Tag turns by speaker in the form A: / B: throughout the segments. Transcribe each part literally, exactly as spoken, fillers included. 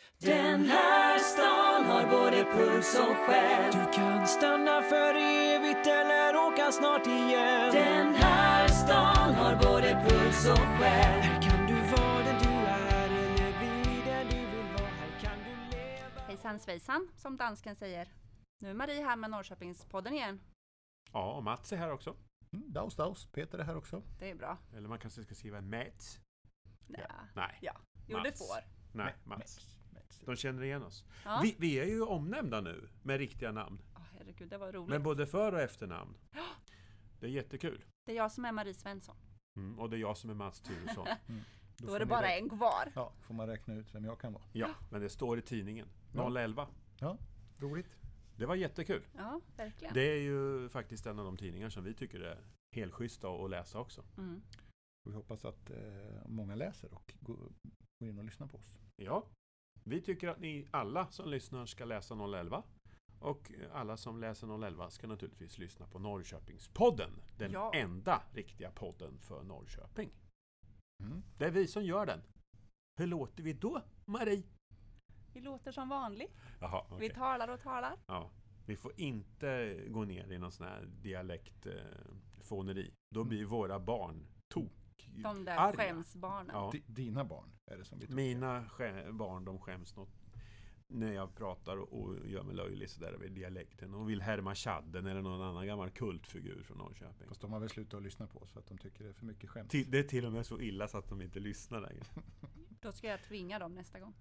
A: Den här stan har både puls och själ.
B: Du kan stanna för evigt eller åka snart igen.
A: Den här stan har både puls och själ.
B: Här kan du vara den du är eller bli den du vill vara. Här kan du leva.
C: Hejsan svejsan, som dansken säger. Nu är Marie här med Norrköpingspodden igen.
D: Ja, och Mats är här också.
E: Mm, daus, daus. Peter är här också.
C: Det är bra.
D: Eller man kanske ska skriva Mats.
C: Ja.
D: Nej.
C: Ja. Jo,
D: Mats.
C: det får.
D: Nej,
E: Mats.
D: Mats. De känner igen oss.
C: Ja.
D: Vi, vi är ju omnämnda nu med riktiga namn.
C: Åh, herregud, det var roligt.
D: Men både för- och efternamn. Det är jättekul.
C: Det är jag som är Marie Svensson.
D: Mm, och det är jag som är Mats Turesson.
C: Då,
E: får
C: är det
E: ni
C: bara
E: räkna-
C: en kvar.
E: Ja, får man räkna ut vem jag kan vara.
D: Ja, men det står i tidningen.
E: Ja.
D: noll elva.
E: Ja, roligt.
D: Det var jättekul.
C: Ja, verkligen.
D: Det är ju faktiskt en av de tidningar som vi tycker är helt schyssta att läsa också.
C: Mm.
E: Vi hoppas att eh, många läser och går, går in och lyssnar på oss.
D: Ja, vi tycker att ni alla som lyssnar ska läsa noll elva. Och alla som läser noll elva ska naturligtvis lyssna på Norrköpingspodden. Den
C: Ja.
D: enda riktiga podden för Norrköping.
E: Mm.
D: Det är vi som gör den. Hur låter vi då, Marie?
C: Vi låter som vanligt.
D: Jaha, okej.
C: Vi talar och talar.
D: Ja, vi får inte gå ner i någon sån här dialektfåneri. Eh, Då blir våra barn tok
C: De där
D: arga.
C: skämsbarnen.
D: Ja.
E: D- dina barn är det som vi tror.
D: Mina skä- barn, de skäms något när jag pratar och, och gör mig löjlig sådär över dialekten och vill härma Chadden eller någon annan gammal kultfigur från Norrköping.
E: Fast de har väl slutat att lyssna på oss för att de tycker det är för mycket skämt.
D: Till, det är till och med så illa så att de inte lyssnar längre.
C: Då ska jag tvinga dem nästa gång.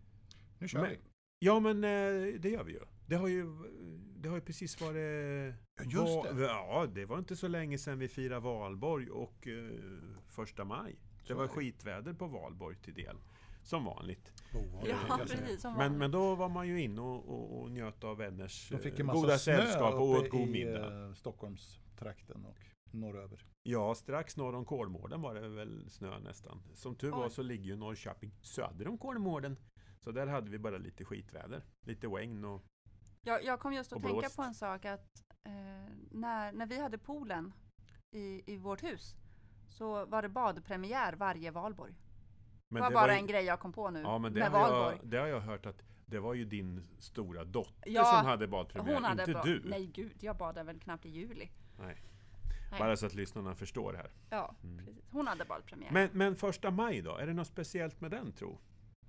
E: Nu kör
D: Men,
E: vi.
D: ja, men eh, det gör vi ju. Det har ju, det har ju precis varit...
E: Ja, just det.
D: Ja, det var inte så länge sedan vi firade Valborg och eh, första maj. Det
E: Så
D: var
E: är det.
D: skitväder på Valborg till del. Som vanligt.
E: Ovanligt,
C: Ja,
E: kan jag säga.
C: precis som
D: Men,
C: vanligt.
D: men då var man ju inne och, och, och njöt av vänners
E: De fick
D: eh,
E: en massa
D: goda
E: snö
D: sällskap och åt
E: uppe
D: god
E: i
D: middag.
E: eh, Stockholmstrakten och norröver.
D: Ja, strax norr om Kolmården var det väl snö nästan. Som tur var
C: Oj.
D: så ligger ju Norrköping söder om Kolmården. Så där hade vi bara lite skitväder. Lite regn och...
C: Jag, jag kom just att
D: Och
C: tänka
D: blåst.
C: på en sak att eh, när, när vi hade poolen i, i vårt hus så var det badpremiär varje Valborg.
D: Men
C: det var
D: det
C: bara
D: ju-
C: en grej jag kom på nu
D: Ja, men det
C: med
D: har,
C: Valborg.
D: jag, det har jag hört att det var ju din stora dotter
C: Ja,
D: som hade badpremiär,
C: Hon hade
D: inte
C: ba-
D: du.
C: Nej gud, jag badade väl knappt i juli.
D: Nej.
C: Nej.
D: Bara så att lyssnarna förstår här.
C: Ja,
D: Mm.
C: precis. Hon hade badpremiär.
D: Men, men första maj då? Är det något speciellt med den, tro?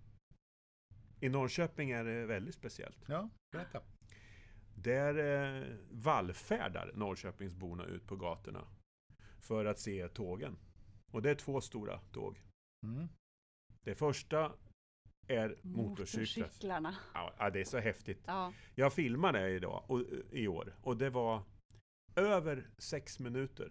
D: I Norrköping är det väldigt speciellt.
E: Ja, berätta.
D: Där eh, vallfärdar Norrköpingsborna ut på gatorna för att se tågen. Och det är två stora tåg.
E: Mm.
D: Det första är motorcyklar.
C: Motorcyklarna.
D: Ja, det är så häftigt.
C: Ja.
D: Jag filmade det idag, och, i år och det var över sex minuter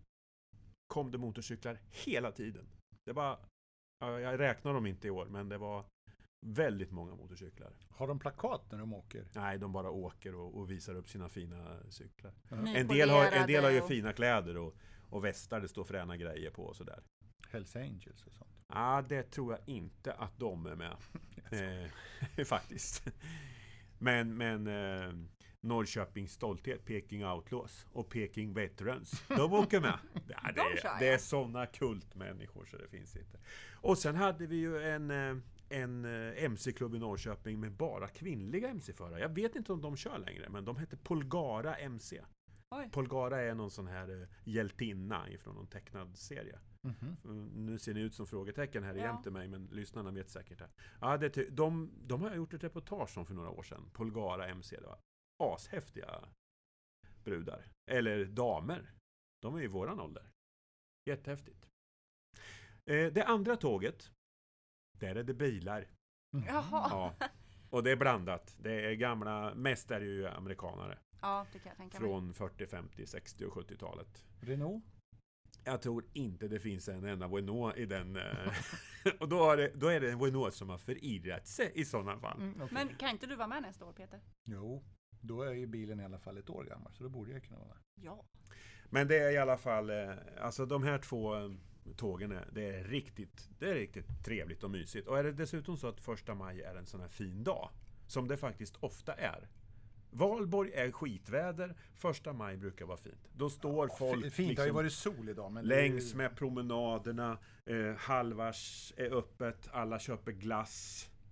D: kom det motorcyklar hela tiden. Det var, ja, jag räknar dem inte i år, men det var väldigt många motorcyklar.
E: Har de plakat när de åker?
D: Nej, de bara åker och, och visar upp sina fina cyklar. En
C: Nypolerade
D: del har, en del har ju
C: och-
D: fina kläder och, och västar, det står fräna grejer på och sådär.
E: Hells Angels och sånt.
D: Ja, det tror jag inte att de är med. eh, faktiskt. Men, men eh, Norrköpings stolthet, Peking Outlaws och Peking Veterans, de åker med. Ja, det,
C: De
D: är,
C: kör,
D: det
C: ja.
D: är sådana kultmänniskor så det finns inte. Och sen hade vi ju en, eh, en eh, M C-klubb i Norrköping med bara kvinnliga M C-förare. Jag vet inte om de kör längre, men de heter Polgara M C.
C: Oj.
D: Polgara är någon sån här eh, hjältinna ifrån någon tecknad serie.
E: Mhm.
D: Mm, Nu ser ni ut som frågetecken här
C: Ja.
D: jämte mig, men lyssnarna vet säkert det. Ja, det ty- de, de har gjort ett reportage om för några år sedan. Polgara M C, det var ashäftiga brudar. Eller damer. De är ju i våran ålder. Jättehäftigt. Eh, det andra tåget, där är det bilar.
E: Mhm.
C: Jaha.
D: Ja. Och det är blandat. Det är gamla, mest är det ju amerikanare.
C: Ja, det kan jag tänka mig.
D: Från fyrtio, femtio, sextio och sjuttiotalet.
E: Renault?
D: Jag tror inte det finns en enda Renault i den. eh, och då är, det, då är det en Renault som har förirrat sig i sådana fall.
E: Mm, okej.
C: Men kan inte du vara med nästa år, Peter?
E: Jo, då är ju bilen i alla fall ett år gammal, så då borde jag kunna vara med.
C: Ja.
D: Men det är i alla fall, eh, alltså de här två eh, tågen, är, det är riktigt, det är riktigt trevligt och mysigt. Och är det dessutom så att första maj är en sån här fin dag, som det faktiskt ofta är. Valborg är skitväder, första maj brukar vara fint. Då står folk
E: F- Fint, det har ju
D: liksom
E: varit sol idag. Men det är ju-
D: längs med promenaderna, eh, halvars är öppet, alla köper glass.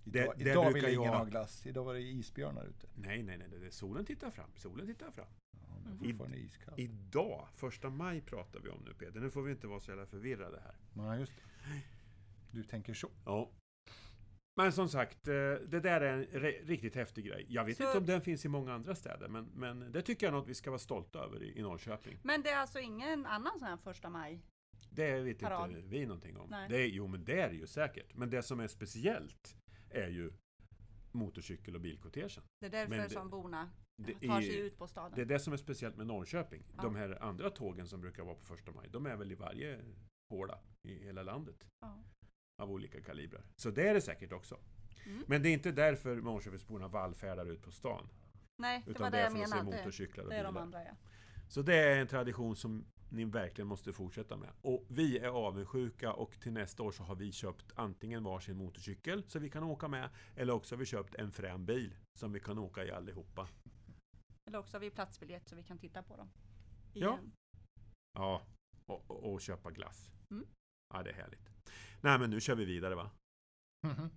E: Idag,
D: det
E: idag
D: brukar
E: vill
D: ju
E: ingen
D: ha-
E: ha glass. Idag var det isbjörnar ute.
D: Nej, nej, nej, det är solen tittar fram. Solen tittar fram.
E: Ja, men
C: Mhm.
E: fortfarande iskallt.
D: Idag, första maj pratar vi om nu, Peter. Nu får vi inte vara så jävla förvirrade här.
E: Ja, just det. Du tänker så.
D: Ja. Men som sagt, eh, det där är en re- riktigt häftig grej. Jag vet
C: Så-
D: inte om den finns i många andra städer, men, men det tycker jag nog att vi ska vara stolta över i, i Norrköping.
C: Men det är alltså ingen annan sån här första maj?
D: Det vet
C: Parad.
D: inte vi någonting om.
C: Nej.
D: Det är, jo, men det är det ju säkert. Men det som är speciellt är ju motorcykel- och bilkortegen.
C: Det är därför
D: Men det-
C: som borna
D: Det
C: tar
D: är,
C: sig ut på staden.
D: det är det som är speciellt med Norrköping.
C: Ja.
D: De här andra tågen som brukar vara på första maj, de är väl i varje håla i hela landet.
C: Ja.
D: Av olika kalibrar. Så det är det säkert också.
C: Mm.
D: Men det är inte därför Norrköpingsborna vallfärdar ut på stan.
C: Nej, det
D: Utan
C: var
D: det
C: det
D: är
C: jag
D: för att se
C: menade. Det,
D: motorcyklar och
C: det är de
D: bilar.
C: andra, ja.
D: Så det är en tradition som ni verkligen måste fortsätta med. Och vi är avundsjuka och till nästa år så har vi köpt antingen varsin motorcykel så vi kan åka med, eller också har vi köpt en frän bil som vi kan åka i allihopa.
C: Eller också har vi platsbiljett så vi kan titta på dem.
D: Ja.
C: Igen.
D: Ja, och, och, och köpa glass.
C: Mm.
D: Ja, det är härligt. Nej, men nu kör vi vidare, va?
E: Mhm.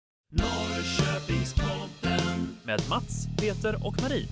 A: Norrköpingspodden.
F: Med Mats, Peter och Marie.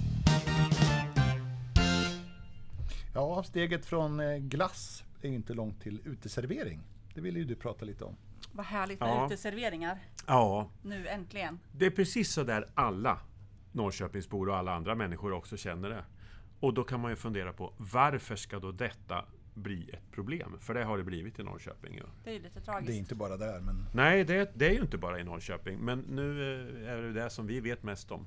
E: Ja, steget från eh, glass är ju inte långt till uteservering. Det ville ju du prata lite om.
C: Vad härligt med
D: Ja.
C: uteserveringar.
D: Ja,
C: Nu äntligen.
D: det är precis så där alla Norrköpingsbor och alla andra människor också känner det. Och då kan man ju fundera på varför ska då detta bli ett problem? För det har det blivit i Norrköping. Ja.
C: Det är ju lite tragiskt.
E: Det är inte bara där, men
D: Nej, det, det är ju inte bara i Norrköping. Men nu eh, är det det som vi vet mest om.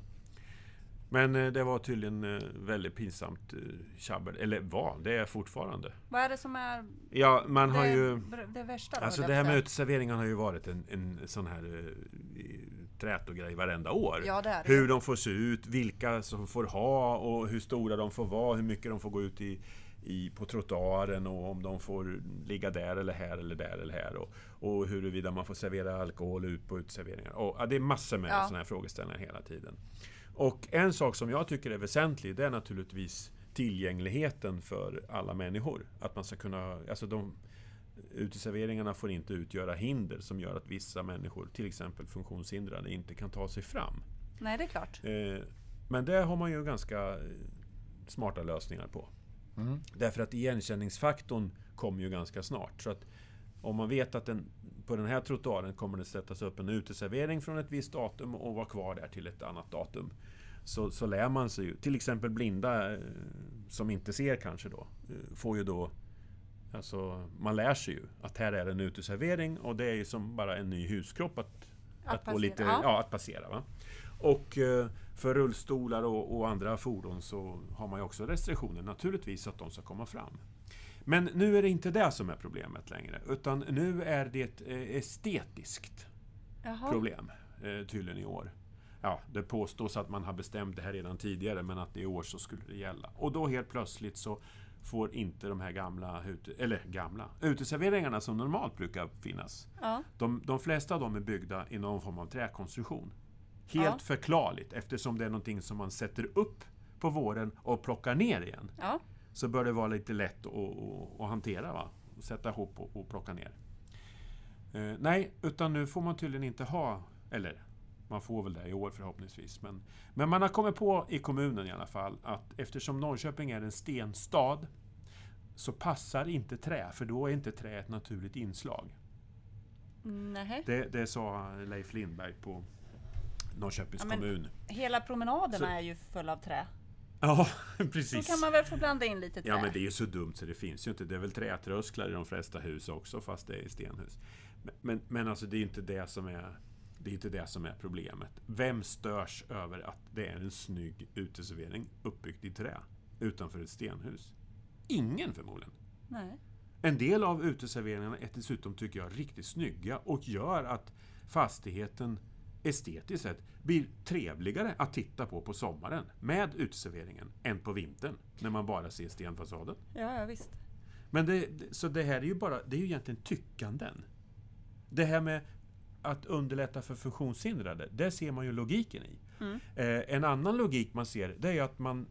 D: Men eh, det var tydligen eh, väldigt pinsamt eh, tjabbel. Eller var, det är fortfarande.
C: Vad är det som är
D: Ja, man har
C: det,
D: ju...
C: det värsta då?
D: Alltså
C: höll
D: det
C: jag
D: här
C: på
D: med
C: att
D: uteserveringen har ju varit en, en sån här eh, trät och grej varenda år.
C: säga. Ja, det är det.
D: Hur de får se ut, vilka som får ha och hur stora de får vara, hur mycket de får gå ut i, i på trottoaren och om de får ligga där eller här eller där eller här och, och huruvida man får servera alkohol ut på uteserveringar. Och, ja, det är massor med
C: Ja.
D: såna här frågeställningar hela tiden. Och en sak som jag tycker är väsentlig, det är naturligtvis tillgängligheten för alla människor. Att man ska kunna, alltså de uteserveringarna får inte utgöra hinder som gör att vissa människor, till exempel funktionshindrade, inte kan ta sig fram.
C: Nej, det är klart.
D: Eh, men det har man ju ganska eh, smarta lösningar på.
E: mm.
D: Därför att igenkänningsfaktorn kommer ju ganska snart. Så att om man vet att den, på den här trottoaren kommer det sättas upp en uteservering från ett visst datum och vara kvar där till ett annat datum. Så, så lär man sig ju. Till exempel blinda eh, som inte ser kanske då, eh, får ju då, alltså man lär sig ju att här är en uteservering och det är ju som bara en ny huskropp att,
C: Att
D: att, gå
C: passera,
D: lite,
C: ja.
D: ja, att passera. Va? Och eh, för rullstolar och, och andra fordon så har man ju också restriktioner naturligtvis att de ska komma fram. Men nu är det inte det som är problemet längre, utan nu är det ett eh, estetiskt
C: Jaha.
D: problem eh, tydligen i år. Ja, det påstås att man har bestämt det här redan tidigare, men att i år så skulle det gälla. Och då helt plötsligt så får inte de här gamla, ute, eller gamla uteserveringarna som normalt brukar finnas.
C: Ja.
D: De, de flesta av dem är byggda i någon form av träkonstruktion. Helt
C: Ja.
D: förklarligt, eftersom det är någonting som man sätter upp på våren och plockar ner igen.
C: Ja.
D: Så bör det vara lite lätt att, att, att hantera, va? Sätta ihop och, och plocka ner. Eh, nej, utan nu får man tydligen inte ha, eller man får väl det i år förhoppningsvis. Men, men man har kommit på i kommunen i alla fall att eftersom Norrköping är en stenstad så passar inte trä, för då är inte trä ett naturligt inslag.
C: Nej.
D: Det, det sa Leif Lindberg på Norrköpings
C: Ja, men-
D: kommun.
C: Hela promenaderna
D: Så-
C: är ju full av trä.
D: Ja,
C: Så
D: precis.
C: kan man väl få blanda in lite trä.
D: Ja, men det är ju så dumt så det finns ju inte. Det är väl trätrösklar i de flesta hus också, fast det är stenhus. Men, men, men alltså det är inte det som är det är inte det som är problemet. Vem störs över att det är en snygg uteservering uppbyggd i trä utanför ett stenhus? Ingen förmodligen.
C: Nej.
D: En del av uteserveringarna är dessutom, tycker jag, riktigt snygga och gör att fastigheten estetiskt sett blir trevligare att titta på på sommaren med uteserveringen än på vintern när man bara ser stenfasaden.
C: Ja, ja, visst.
D: Men det, så det här är ju bara, det är ju egentligen tyckanden. Det här med att underlätta för funktionshindrade, det ser man ju logiken i.
C: Mm.
D: Eh, en annan logik man ser, det är ju att man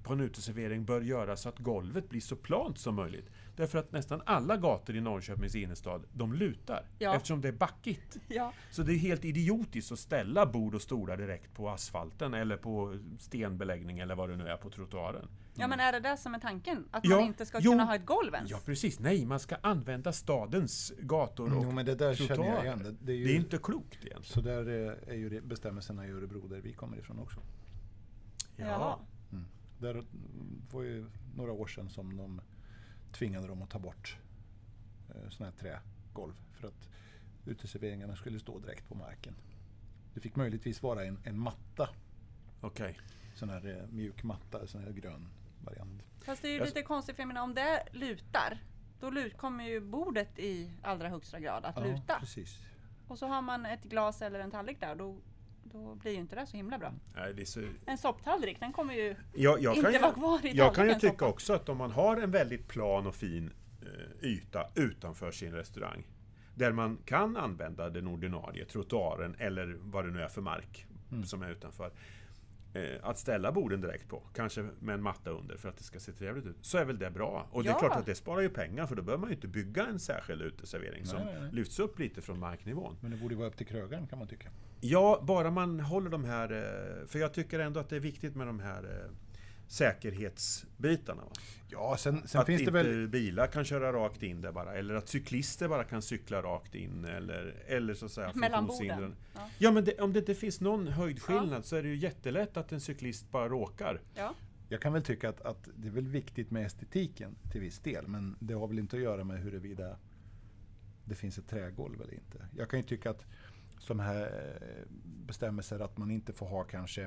D: på en uteservering bör göra så att golvet blir så plant som möjligt. Därför att nästan alla gator i Norrköpings innerstad, de lutar.
C: Ja.
D: Eftersom det är backigt.
C: Ja.
D: Så det är helt idiotiskt att ställa bord och stolar direkt på asfalten eller på stenbeläggning eller vad det nu är på trottoaren.
C: Ja, men är det det som är tanken? Att
D: Ja,
C: man inte ska
D: jo.
C: kunna ha ett golv ens?
D: Ja, precis. Nej, man ska använda stadens gator och
E: Jo, men det där känner jag
D: trottoarer.
E: igen. Det, det är ju,
D: Det är inte klokt egentligen.
E: så där eh, är ju bestämmelserna i Örebro där vi kommer ifrån också.
C: Jaha.
E: Mm. Där var ju några år sedan som de tvingade dem att ta bort eh, såna här trägolv för att uteserveringarna skulle stå direkt på marken. Det fick möjligtvis vara en, en matta,
D: Okej.
E: sån här eh, mjuk matta, sån här grön variant.
C: Fast det är ju
E: Jag-
C: lite konstigt, för jag menar, om det lutar, då lut, kommer ju bordet i allra högsta grad att luta.
E: precis.
C: Och så har man ett glas eller en tallrik där, då, då blir ju inte det så himla bra.
D: Nej, det är så...
C: En sopptallrik, den kommer ju
D: jag, jag
C: inte
D: kan
C: vara
D: ju,
C: kvar i
D: jag kan ju
C: tallriken,
D: tycka
C: soppan.
D: också att om man har en väldigt plan och fin eh, yta utanför sin restaurang där man kan använda den ordinarie trottoaren eller vad det nu är för mark
E: Mm.
D: som är utanför. Eh, att ställa borden direkt på, kanske med en matta under för att det ska se trevligt ut, så är väl det bra. Och det är
C: Ja.
D: klart att det sparar ju pengar, för då behöver man ju inte bygga en särskild uteservering som
E: Nej, nej, nej.
D: lyfts upp lite från marknivån.
E: Men det borde vara upp till krögaren, kan man tycka.
D: Ja, bara man håller de här... eh, För jag tycker ändå att det är viktigt med de här eh, säkerhetsbitarna. Va?
E: Ja, sen, sen
D: Att
E: finns det
D: inte
E: väl...
D: bilar kan köra rakt in där bara. Eller att cyklister bara kan cykla rakt in. Eller, eller så att säga
C: Mellan
D: funktionshindrade.
C: borden. Ja.
D: Ja, men det, om det inte finns någon höjdskillnad så är det ju jättelätt att en cyklist bara råkar.
C: Ja.
E: Jag kan väl tycka att, att det är väl viktigt med estetiken till viss del, men det har väl inte att göra med huruvida det finns ett trägolv eller inte. Jag kan ju tycka att som här eh, bestämmelser att man inte får ha kanske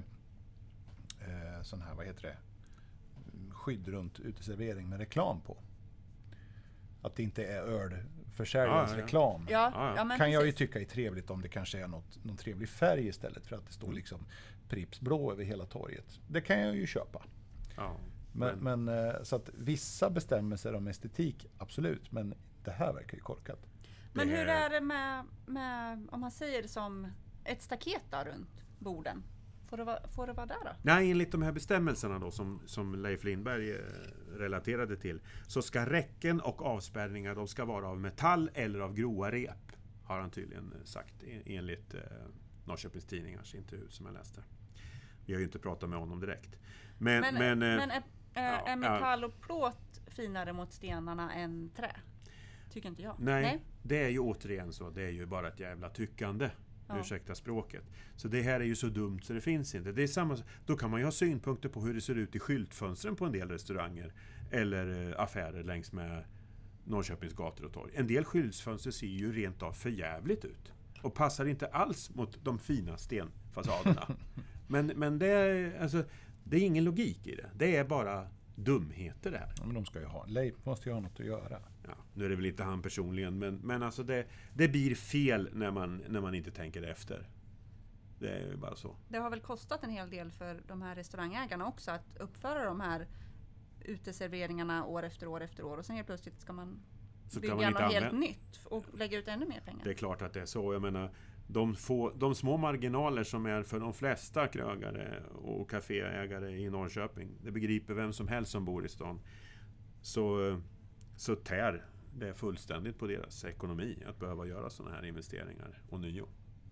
E: eh, sån här, vad heter det, skydd runt uteservering med reklam på. Att det inte är ölförsäljarens
D: Ja, ja, ja.
E: reklam.
C: Ja,
D: Ja, ja.
C: ja, men
E: kan jag ju
C: precis.
E: tycka är trevligt om det kanske är något, någon trevlig färg istället för att det står liksom Pripps blå över hela torget. Det kan jag ju köpa.
D: Ja,
E: Men, men, eh, så att vissa bestämmelser om estetik, absolut, men det här verkar ju korkat.
C: Men
D: Det
C: hur
D: är-
C: är det med, med, om man säger som ett staket där runt borden? Får det vara, får det vara där då?
D: Nej, enligt de här bestämmelserna då som, som Leif Lindberg eh, relaterade till, så ska räcken och avspärrningar, de ska vara av metall eller av groa rep, har han tydligen sagt en- enligt eh, Norrköpings Tidningars intervju som jag läste. Vi har ju inte pratat med honom direkt. Men,
C: Men,
D: men,
C: men,
D: eh,
C: är, är,
D: ja,
C: är metall och plåt finare mot stenarna än trä? Tycker inte jag.
D: nej, det är ju återigen så, det är ju bara ett jävla tyckande.
C: Ja.
D: Ursäkta språket. Så det här är ju så dumt så det finns inte. Det är samma, då kan man ju ha synpunkter på hur det ser ut i skyltfönstren på en del restauranger eller eh, affärer längs med Norrköpings gator och torg. En del skyltfönster ser ju rent av för jävligt ut och passar inte alls mot de fina stenfasaderna. men men det är, alltså, det är ingen logik i det. Det är bara dumheter det här.
E: Ja, men de ska ju ha, Leif måste ju ha något att göra.
D: Ja, nu är det väl inte han personligen, men, men alltså det, det blir fel när man, när man inte tänker efter. Det är ju bara så.
C: Det har väl kostat en hel del för de här restaurangägarna också att uppföra de här uteserveringarna år efter år efter år, och sen helt plötsligt ska man
D: Så
C: bygga
D: kan man inte
C: något helt
D: använda.
C: nytt och lägga ut ännu mer pengar.
D: Det är klart att det är så. Jag menar, de, få, de små marginaler som är för de flesta krögare och kaféägare i Norrköping, det begriper vem som helst som bor i stan, så, så tär det fullständigt på deras ekonomi att behöva göra sådana här investeringar och nio.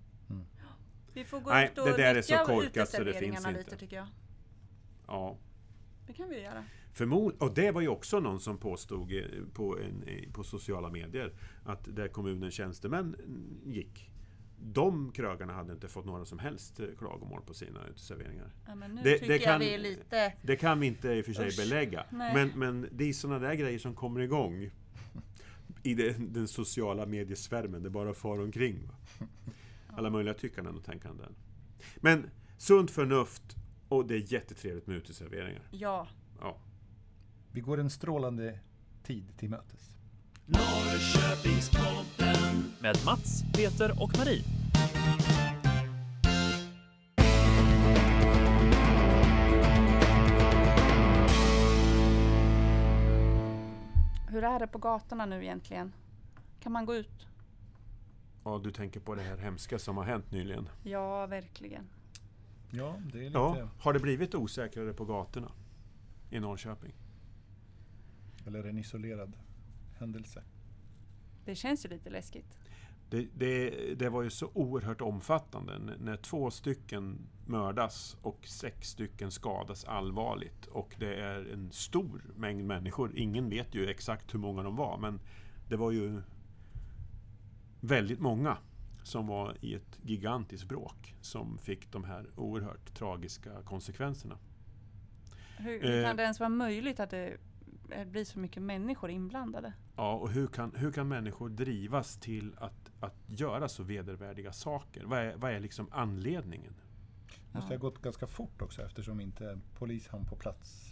C: Vi får gå
D: Nej,
C: ut och
D: det där är så
C: nyttja
D: korkat så det
C: uteserveringarna
D: finns
C: lite,
D: inte.
C: tycker jag.
D: Ja.
C: Det kan vi göra.
D: Förmod- och det var ju också någon som påstod eh, på, en, eh, på sociala medier att där kommunens tjänstemän mm, gick, de krögarna hade inte fått några som helst eh, klagomål på sina uteserveringar.
C: Ja, men nu
D: Det-
C: tycker
D: det
C: jag
D: kan-
C: vi är lite...
D: Det kan vi inte i och för sig
C: Usch,
D: belägga.
C: nej.
D: Men, men det är sådana där grejer som kommer igång i den, den sociala mediesfärmen. Det bara far omkring. Va? Alla möjliga tyckanden och tänkanden. Men sunt förnuft, och det är jättetrevligt med uteserveringar.
C: Ja.
D: Ja.
E: Vi går en strålande tid till mötes.
A: Norrköpingspodden.
F: Med Mats, Peter och Marie.
C: Hur är det på gatorna nu egentligen? Kan man gå ut?
D: Ja, du tänker på det här hemska som har hänt nyligen.
C: Ja, verkligen.
E: Ja, det är lite...
D: Ja, har det blivit osäkrare på gatorna? i Norrköping.
E: Eller en isolerad händelse.
C: Det känns ju lite läskigt.
D: Det, det, det var ju så oerhört omfattande N- när två stycken mördas och sex stycken skadas allvarligt. Och det är en stor mängd människor. Ingen vet ju exakt hur många de var, men det var ju väldigt många som var i ett gigantiskt bråk som fick de här oerhört tragiska konsekvenserna.
C: Hur, hur
D: Eh.
C: kan det ens vara möjligt att det eh, blir så mycket människor inblandade?
D: Ja, och hur kan, hur kan människor drivas till att, att göra så vedervärdiga saker? Vad är, vad är liksom anledningen?
E: Måste ha gått ganska fort också eftersom inte polis hann på plats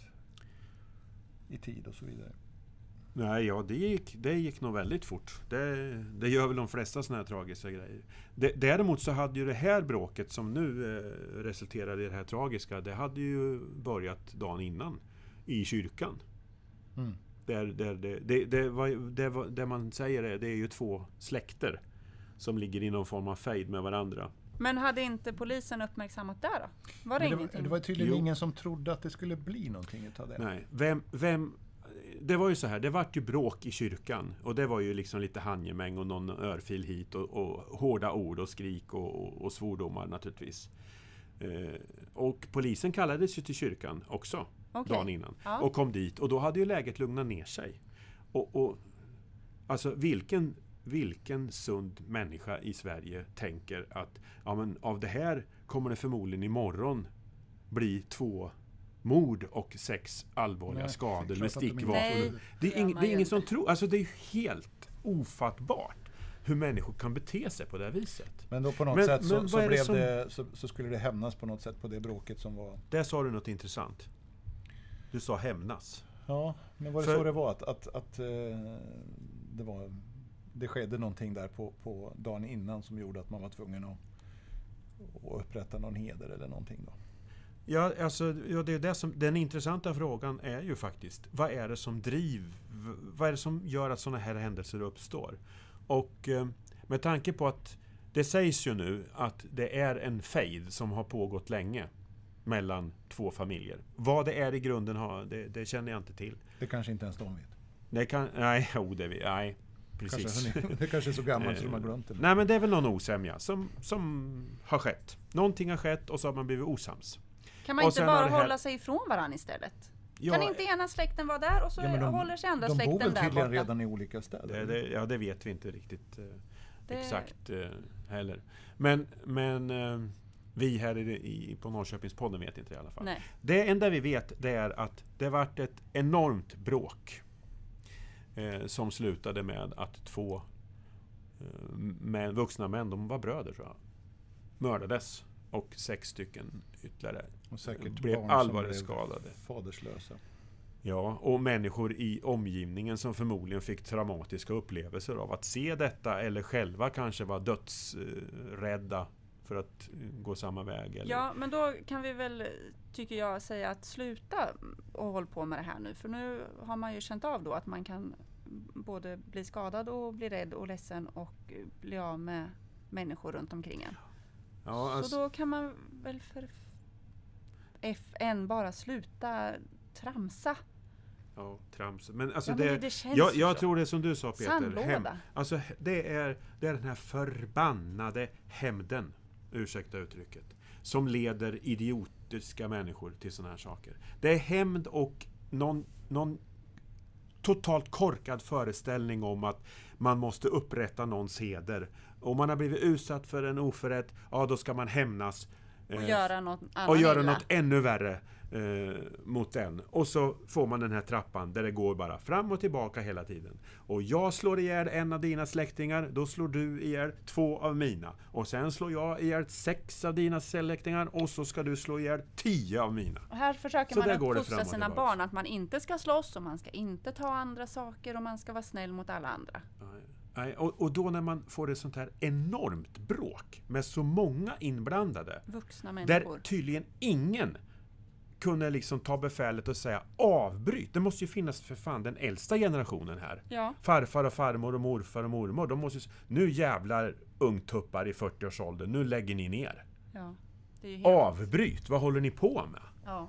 E: i tid och så vidare.
D: Nej, ja, det gick, det gick nog väldigt fort. Det, det gör väl de flesta såna här tragiska grejer. D- däremot så hade ju det här bråket som nu eh, resulterade i det här tragiska, det hade ju börjat dagen innan i kyrkan.
E: Mm.
D: Där, där det, det, det, var, det, var, det man säger är, det är ju två släkter som ligger i någon form av fejd med varandra.
C: Men hade inte polisen uppmärksammat det då? Var det
E: Men det,
C: ingenting?
E: var, det var tydligen
D: Jo.
E: ingen som trodde att det skulle bli någonting utav det.
D: Nej, vem, vem, det var ju så här, det vart ju bråk i kyrkan och det var ju liksom lite handgemäng och någon örfil hit och, och hårda ord och skrik och, och, och svordomar naturligtvis. Eh, och polisen kallades ju till kyrkan också
C: Okej.
D: dagen innan
C: Ja.
D: och kom dit och då hade ju läget lugnat ner sig. Och, och alltså vilken vilken sund människa i Sverige tänker att ja, men av det här kommer det förmodligen imorgon bli två mord och sex allvarliga
E: Nej,
D: skador
E: klart
D: med
E: att de inte-
D: stickvapen.
C: Nej,
D: Det är,
C: gör
D: ing,
C: man
D: det är
C: ju
D: ingen som
C: inte.
D: tror, alltså det är ju helt ofattbart hur människor kan bete sig på det här viset.
E: Men då på något
D: Men-
E: sätt så,
D: men
E: så,
D: vad är det
E: blev
D: som-
E: det, så, så skulle det hämnas på något sätt på det bråket som var...
D: Där sa du något intressant. Du sa hämnas.
E: Ja, men var det
D: För-
E: så det var? Att, att, att eh, det var... Det skedde någonting där på, på dagen innan som gjorde att man var tvungen att, att upprätta någon heder eller någonting då.
D: Ja, alltså, ja, det är det som, den intressanta frågan är ju faktiskt, vad är det som driv, vad är det som gör att sådana här händelser uppstår? Och eh, med tanke på att det sägs ju nu att det är en fejd som har pågått länge mellan två familjer. Vad det är i grunden, har, det, det känner jag inte till.
E: Det kanske inte ens de vet.
D: Det kan, nej, oh, det, nej, precis.
E: Kanske, det kanske är så gammalt så de har glömt det.
D: Nej, men det är väl någon osämja som, som har skett. Någonting har skett och så har man blivit osams.
C: Kan man
D: Och
C: inte
D: sen har
C: bara
D: det här-
C: hålla sig ifrån varandra istället?
D: Ja,
C: Kan inte ena släkten vara där och så
E: Ja, men de-
C: håller sig andra
E: de bor
C: släkten
E: väl
C: där
E: tydligen
C: borta?
E: redan i olika städer.
D: Det, det, ja, det vet vi inte riktigt eh,
C: Det-
D: exakt eh, heller. Men, men eh, vi här i, i, på Norrköpingspodden vet inte det i alla fall.
C: Nej.
D: Det enda vi vet det är att det varit ett enormt bråk eh, som slutade med att två eh, män, vuxna män, de var bröder tror jag, mördades och sex stycken ytterligare
E: Och säkert
D: blev
E: barn
D: allvarligt
E: som blev
D: skadade.
E: faderslösa.
D: Ja, och människor i omgivningen som förmodligen fick traumatiska upplevelser av att se detta eller själva kanske var dödsrädda för att eh, gå samma väg. Eller?
C: Ja, men då kan vi väl, tycker jag, säga att sluta och hålla på med det här nu. För nu har man ju känt av då att man kan både bli skadad och bli rädd och ledsen och bli av med människor runt omkring en.
D: Ja, alltså,
C: Så då kan man väl för F N bara sluta tramsa.
D: ja, trams. Men alltså
C: Ja,
D: det,
C: men det känns
D: jag,
C: ju
D: jag
C: så.
D: tror det som du sa Peter,
C: Sandlåda.
D: hem, alltså det är, det är den här förbannade hämnden, ursäkta uttrycket, som leder idiotiska människor till såna här saker. Det är hämnd och någon, någon totalt korkad föreställning om att man måste upprätta någons heder. Om man har blivit utsatt för en oförrätt, ja då ska man hämnas.
C: Och
D: eh,
C: göra något annat
D: och göra
C: illa.
D: något ännu värre eh, mot den. Och så får man den här trappan där det går bara fram och tillbaka hela tiden. Och jag slår ihjäl en av dina släktingar, då slår du ihjäl två av mina. Och sen slår jag ihjäl sex av dina släktingar och så ska du slå ihjäl tio av mina.
C: Och här försöker
D: Så
C: man
D: där går det
C: uppfostra
D: fram och
C: sina
D: tillbaks.
C: barn att man inte ska slåss och man ska inte ta andra saker och man ska vara snäll mot alla andra.
D: Nej, och, och då när man får ett sånt här enormt bråk med så många inblandade,
C: Vuxna
D: där
C: människor.
D: tydligen ingen kunde liksom ta befälet och säga avbryt. Det måste ju finnas för fan den äldsta generationen här.
C: Ja.
D: Farfar och farmor och morfar och mormor. De måste ju, nu jävlar ungtuppar i fyrtioårsåldern, nu lägger ni ner.
C: Ja. Det är ju helt...
D: Avbryt, vad håller ni på med?
C: Ja.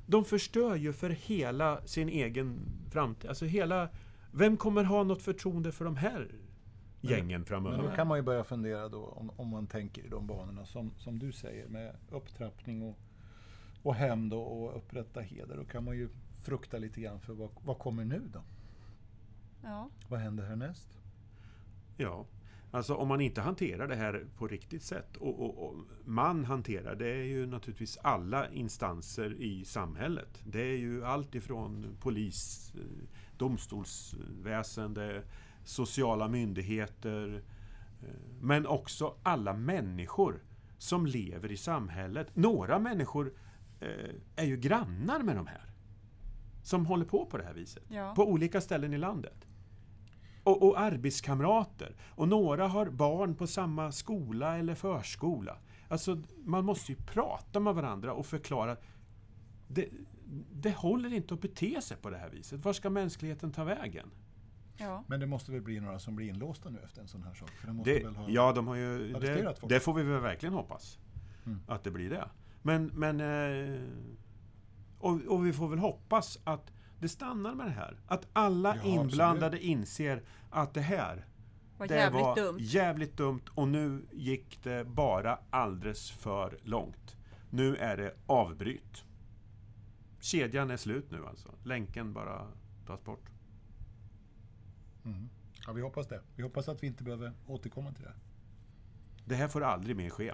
D: de förstör ju för hela sin egen framtid. Alltså hela, vem kommer ha något förtroende för de här gängen framöver?
E: Men då kan man ju börja fundera då om, om man tänker i de banorna som, som du säger med upptrappning och, och hämnd och, och upprätta heder. Då kan man ju frukta lite grann för vad, vad kommer nu då?
C: Ja.
E: Vad händer härnäst?
D: Ja, alltså om man inte hanterar det här på riktigt sätt och, och, och man hanterar, det är ju naturligtvis alla instanser i samhället. Det är ju allt ifrån polis, domstolsväsende, sociala myndigheter, men också alla människor som lever i samhället. Några människor eh, är ju grannar med de här som håller på på det här viset.
C: Ja.
D: På olika ställen i landet. Och, och arbetskamrater. Och några har barn på samma skola eller förskola. Alltså man måste ju prata med varandra och förklara. Det, det håller inte att bete sig på det här viset. Var ska mänskligheten ta vägen?
C: Ja.
E: Men det måste väl bli några som blir inlåsta nu efter en sån här sak? För det måste
D: Det,
E: väl ha
D: ja, de har ju, det,
E: arresterat folk?
D: det får vi väl verkligen hoppas.
E: Mm.
D: Att det blir det. Men, men eh, och, och vi får väl hoppas att det stannar med det här. Att alla
E: Ja,
D: inblandade
E: absolut.
D: inser att det här
C: Var
D: det
C: jävligt
D: var
C: dumt.
D: jävligt dumt och nu gick det bara alldeles för långt. Nu är det avbryt. Kedjan är slut nu alltså. Länken bara tas bort.
E: Mm. Ja, vi hoppas det. Vi hoppas att vi inte behöver återkomma till det.
D: Det här får aldrig mer ske.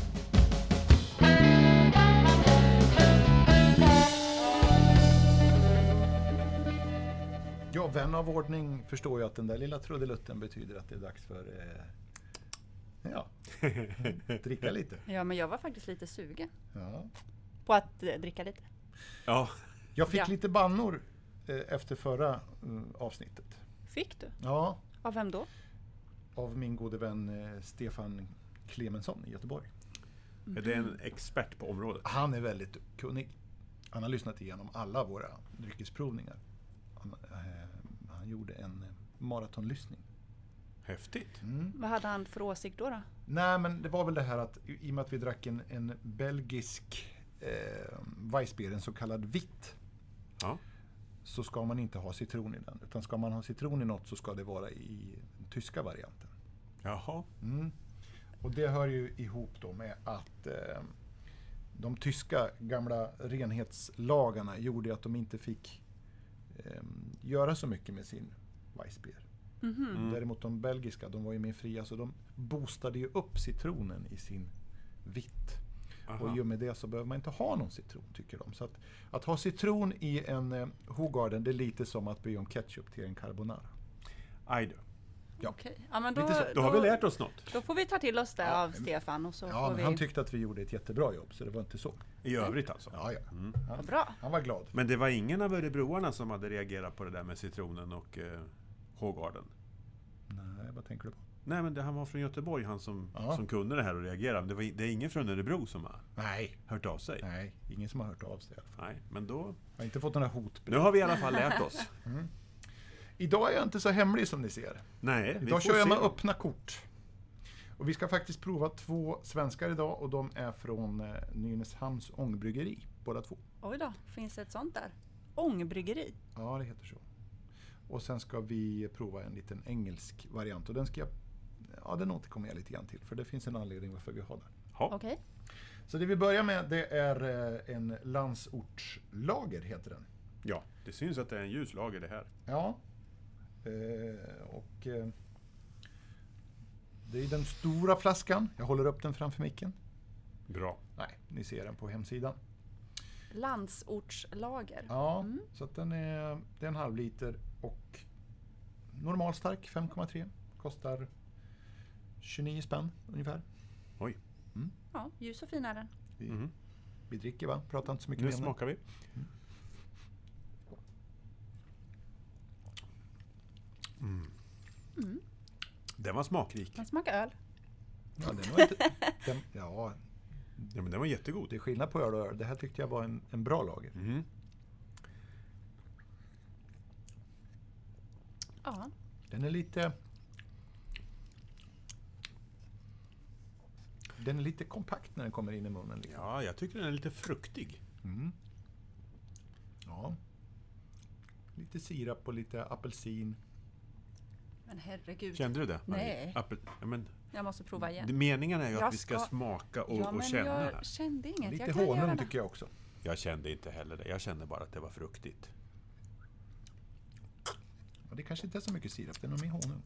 E: Ja, vän av ordning förstår ju att den där lilla trudelutten betyder att det är dags för eh, ja, dricka lite.
C: Ja, men jag var faktiskt lite sugen
E: Ja.
C: på att eh, dricka lite.
D: Ja,
E: Jag fick
C: Ja.
E: lite bannor eh, efter förra eh, avsnittet.
C: Fick du?
E: Ja,
C: Av vem då?
E: av min gode vän eh, Stefan Clemensson i Göteborg.
D: är det en expert på området?
E: Han är väldigt kunnig. Han har lyssnat igenom alla våra dryckesprovningar. Han, eh, han gjorde en eh, maratonlyssning.
D: Häftigt.
E: Mm.
C: Vad hade han för åsikt då? då?
E: Nej, men det var väl det här att i i och med att vi drack en, en belgisk eh, Weissbier, en så kallad vitt,
D: Ja.
E: så ska man inte ha citron i den. Utan ska man ha citron i något så ska det vara i den tyska varianten.
D: Jaha.
E: Mm. Och det hör ju ihop då med att eh, de tyska gamla renhetslagarna gjorde att de inte fick eh, göra så mycket med sin Weissbier.
C: Mhm.
D: Mm.
E: Däremot de belgiska, de var ju mer fria, så de boostade ju upp citronen i sin vitt.
D: Aha.
E: Och i och med det så behöver man inte ha någon citron, tycker de. Så att, att ha citron i en eh, Hoegaarden, det är lite som att be om ketchup till en carbonara.
D: Aj då.
E: Ja.
C: Okej. Ja, men då,
E: Lite så.
D: Då har vi lärt oss något.
C: Då får vi ta till oss det
E: Ja,
C: av
E: men-
C: Stefan och så
E: Ja,
C: får
E: men
C: vi...
E: han tyckte att vi gjorde ett jättebra jobb, så det var inte så.
D: I övrigt alltså.
E: Ja, ja.
D: Mm.
C: Vad bra.
E: Han var glad.
D: Men det var ingen av örebroarna som hade reagerat på det där med citronen och eh, Hoegaarden.
E: Nej, vad tänker du på?
D: Nej, men det, han var från Göteborg, han som,
E: Ja.
D: som kunde det här och reagerade. Det, var, det är ingen från Örebro som har
E: Nej,
D: hört av sig.
E: nej, ingen som har hört av sig i alla fall.
D: Nej, men då...
E: Jag har inte fått några hotbrev.
D: Nu har vi i alla fall lärt oss.
E: Idag är jag inte så hemlig som ni ser.
D: Nej, vi
E: Idag
D: får
E: kör jag
D: se.
E: med öppna kort. Och vi ska faktiskt prova två svenskar idag och de är från eh, Nynäshamns ångbryggeri, båda två.
C: Oj då, finns det ett sånt där? Ångbryggeri.
E: Ja, det heter så. Och sen ska vi prova en liten engelsk variant och den ska jag, ja, den återkommer jag lite grann till, för det finns en anledning varför vi har den.
D: Ja.
C: Okej.
E: Så det vi börjar med, det är eh, en landsortslager, heter den.
D: ja, det syns att det är en ljuslager det här.
E: Ja. Eh, och eh, det är den stora flaskan. Jag håller upp den framför micken.
D: Bra.
E: Nej, ni ser den på hemsidan.
C: Landsortslager.
E: Ja,
C: Mm.
E: så att den är, det är en halv liter och normalstark, fem komma tre. Kostar tjugonio spänn ungefär.
D: Oj,
C: Ja, ljus och fin är den.
E: Vi,
D: Mhm.
E: vi dricker, va? Pratar inte så mycket
D: nu
E: mer om det.
D: smakar vi. Mm.
C: Mm.
D: Den var smakrik.
C: Den smakar öl.
E: Ja, den var inte, den, ja,
D: Ja, men den var jättegod.
E: det är skillnad på öl och öl. Det här tyckte jag var en, en bra lager.
D: Mhm.
C: Ja.
E: Den är lite... Den är lite kompakt när den kommer in i munnen. Liksom.
D: Ja, jag tycker den är lite fruktig.
E: Mm. Ja. Lite sirap och lite apelsin.
C: Men herregud.
D: Kände du det? Marie?
C: Nej.
D: Apel, ja, men,
C: Jag måste prova igen.
D: det- meningen är ju
C: Jag
D: att vi ska
C: ska-
D: smaka och,
C: ja,
D: och
C: men
D: känna här.
C: jag kände inget.
E: Lite
C: jag kan göra
E: honung
C: det.
E: tycker jag också.
D: Jag kände inte heller det. Jag kände bara att det var fruktigt.
E: Och det kanske inte är så mycket sirap, det är nog mer honung.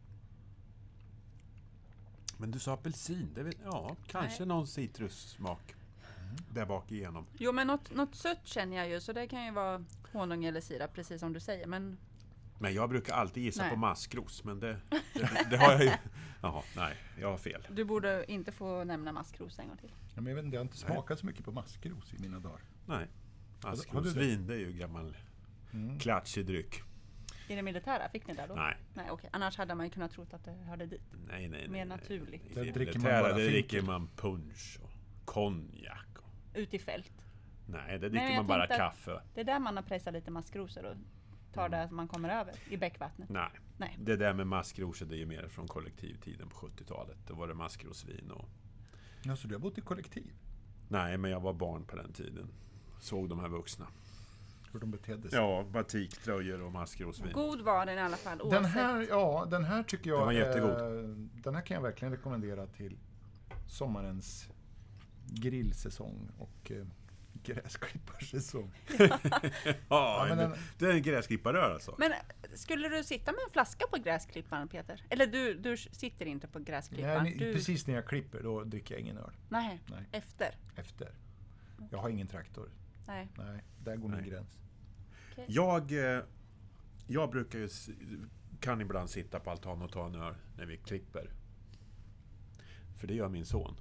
D: Men du sa apelsin. Det vet, ja, kanske
C: Nej.
D: någon citrussmak där bak igenom.
C: Jo, men något, något sött känner jag ju. Så det kan ju vara honung eller sirap, precis som du säger. Men
D: Men jag brukar alltid gissa
C: Nej.
D: på maskros. Men det, det, det har jag ju. Jaha, nej, jag har fel.
C: du borde inte få nämna maskros en gång till.
E: Ja, men jag vet inte, jag har inte smakat så mycket på maskros i mina dagar.
D: Nej.
E: Har du det?
D: Maskrosvin, det är ju gammal
E: Mm.
D: klatschig dryck.
C: I det militära, fick ni det då?
D: Nej,
C: Nej, okej. Annars hade man ju kunnat tro att det hörde dit.
D: nej, nej. nej,
C: Mer
D: nej.
C: naturligt.
D: I
E: Där
D: det
E: dricker man
D: militära,
E: bara
D: där dricker
E: finkel.
D: man punsch och konjak. Och,
C: Ut i fält.
D: nej, där
C: men
D: dricker
C: jag
D: man bara
C: tänkte att-
D: kaffe.
C: Det är där man har pressat lite maskrosor och tar det man kommer över i bäckvattnet.
D: Nej.
C: Nej.
D: Det där med maskrosor, det är ju mer från kollektivtiden på sjuttiotalet. Då var det maskrosvin och...
E: Ja, så du har bott i kollektiv?
D: Nej, men jag var barn på den tiden. Såg de här vuxna.
E: Hur de betedde sig?
D: Ja, batiktröjor och maskrosvin.
C: God var den i alla fall.
E: Den
C: Oavsett.
E: här, ja, den här tycker jag
D: Den var jättegod.
E: är- den här kan jag verkligen rekommendera till sommarens grillsäsong och eh, gräsklipparsäsong.
D: Ja,
E: Ja, men
D: men
E: den-
D: det är en gräsklipparör alltså.
C: Men skulle du sitta med en flaska på gräsklipparen, Peter? Eller du, du sitter inte på
E: Nej,
C: gräsklipparen?
E: ni-
C: du...
E: Precis när jag klipper, då dricker jag ingen öl.
C: Nej,
E: Nej.
C: efter.
E: Efter. Jag har ingen traktor.
C: Nej.
E: Nej, där går min
D: Nej.
E: gräns.
D: Jag, eh, jag brukar ju, s- kan ibland sitta på altan och ta en öl när vi klipper. För det gör min son.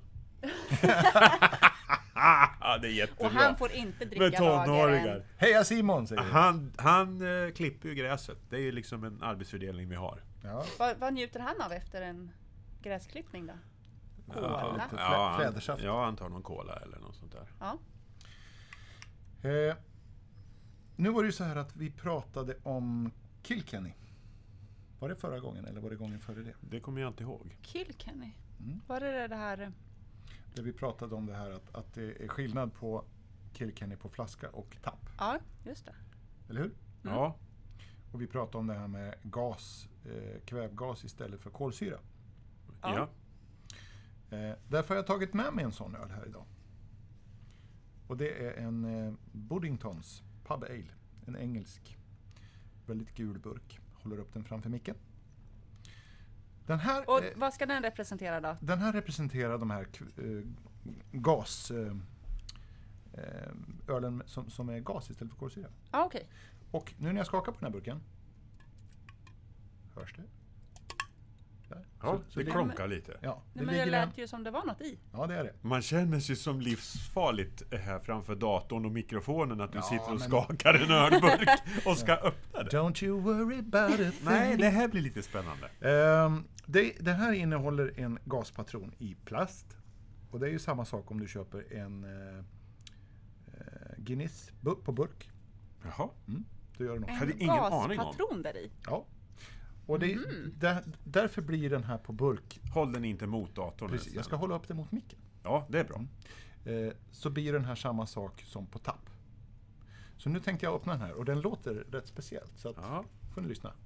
D: Ja, det är jättebra.
C: Och han får inte dricka
D: Med
C: lager
D: tonåringar.
C: än.
E: Heja Simon, säger jag.
D: Han, han eh, klipper ju gräset. Det är ju liksom en arbetsfördelning vi har.
E: Ja.
C: Vad, vad njuter han av efter en gräsklippning då? Cola?
D: Ja,
E: Lite
D: ja, han,
E: flädersaft.
D: ja, han tar någon cola eller något sånt där.
C: Ja.
E: Eh, nu var det ju så här att vi pratade om Kilkenny. Var det förra gången eller var det gången före det?
D: Det kommer jag inte ihåg.
C: Kilkenny.
E: Mm.
C: Var det det här...
E: Där vi pratade om det här att, att det är skillnad på Kilkenny på flaska och tapp.
C: Ja, just det.
E: Eller hur?
D: Ja,
E: Och vi pratade om det här med gas, eh, kvävgas istället för kolsyra.
C: Ja.
D: ja.
E: Eh, därför har jag tagit med mig en sån öl här idag. Och det är en eh, Boddingtons Pub Ale. En engelsk, väldigt gul burk. Håller upp den framför micken. Den här,
C: Och
E: eh,
C: vad ska den representera då?
E: den här representerar de här k- eh, gas... Eh, eh, ölen som, som är gas istället för kolsyra.
C: Ja, okej.
E: Och nu när jag skakar på den här burken. Hörs det? Där.
D: ja
E: Så- så
D: det
E: det-
D: klonkar lite.
E: Ja, det
C: Nej, men det
E: ligger en,
C: lät ju som det var något i.
E: ja, det är det.
D: Man känner sig som livsfarligt här framför datorn och mikrofonen att du
E: Ja,
D: sitter och
E: men-
D: skakar en ölburk och ska öppna den.
E: Don't you worry about a thing.
D: Nej, det här blir lite spännande.
E: Ehm, det, det här innehåller en gaspatron i plast. Och det är ju samma sak om du köper en eh, eh, Guinness bu- på burk.
D: Jaha.
E: Då gör det något.
C: En
D: Hade ingen aning om.
C: gaspatron där i.
E: Ja. Och det, där, därför blir den här på burk.
D: Håll den inte mot datorn.
E: Precis,
D: nästan.
E: jag ska hålla upp den mot micken.
D: Ja, det är bra.
E: Eh, så blir den här samma sak som på tapp. Så nu tänkte jag öppna den här och den låter rätt speciellt. Så att,
D: Ja.
E: får ni lyssna.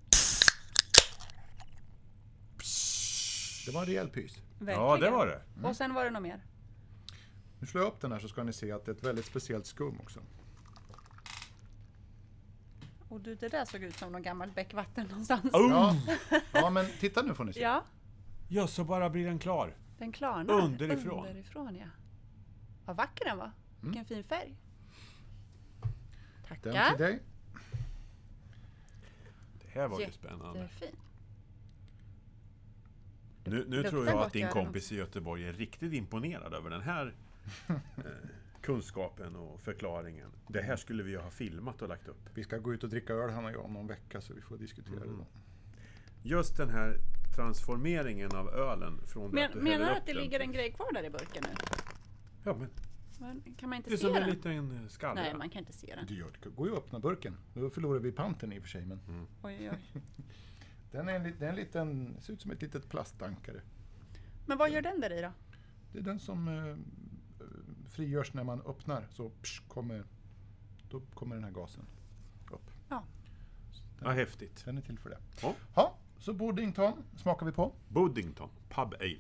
E: Det var en rejäl pys.
C: Verkligen.
D: ja, det var det.
C: Och sen var det något mer.
E: Nu slår jag upp den här så ska ni se att det är ett väldigt speciellt skum också.
C: Och du, det där såg ut som någon gammal bäckvatten någonstans.
E: Ja, ja, men titta nu får ni se.
C: Ja,
D: Ja, så bara blir den klar.
C: den klarnar.
D: Underifrån.
C: Underifrån, ja. Vad vacker den var. Vilken fin färg.
E: Den
C: Tackar.
E: till dig.
D: Det här var ju
C: Det är
D: spännande.
C: fin.
D: Nu, nu
C: Luktar
D: tror jag
C: gott,
D: att din
C: gör den
D: kompis i Göteborg är riktigt imponerad över den här eh, kunskapen och förklaringen. Det här skulle vi ju ha filmat och lagt upp.
E: Vi ska gå ut och dricka öl han och jag om någon vecka så vi får diskutera
D: Mm.
E: det då.
D: Just den här transformeringen av ölen från
C: Men,
D: att du
C: menar
D: häller
C: du
D: upp
C: att det
D: den
C: ligger
D: till-
C: en grej kvar där i burken nu?
D: Ja, men
C: Men kan man inte
D: det är
C: se
D: som en
C: den?
D: liten skallra.
C: Nej, man kan inte se den.
E: Du gör det. Gå ju och öppna burken. Då förlorar vi panten i och för sig. Men
C: Oj, oj, oj.
E: den är en, li- det är en liten, ser ut som ett litet plastankare.
C: Men vad gör den där i då?
E: Det är den som eh, frigörs när man öppnar. Så psh, kommer Då kommer den här gasen upp.
C: Ja.
D: Ja, häftigt.
E: Den är till för det.
D: Ja.
E: Ja, så Boddington smakar vi på.
D: Boddington Pub Ale.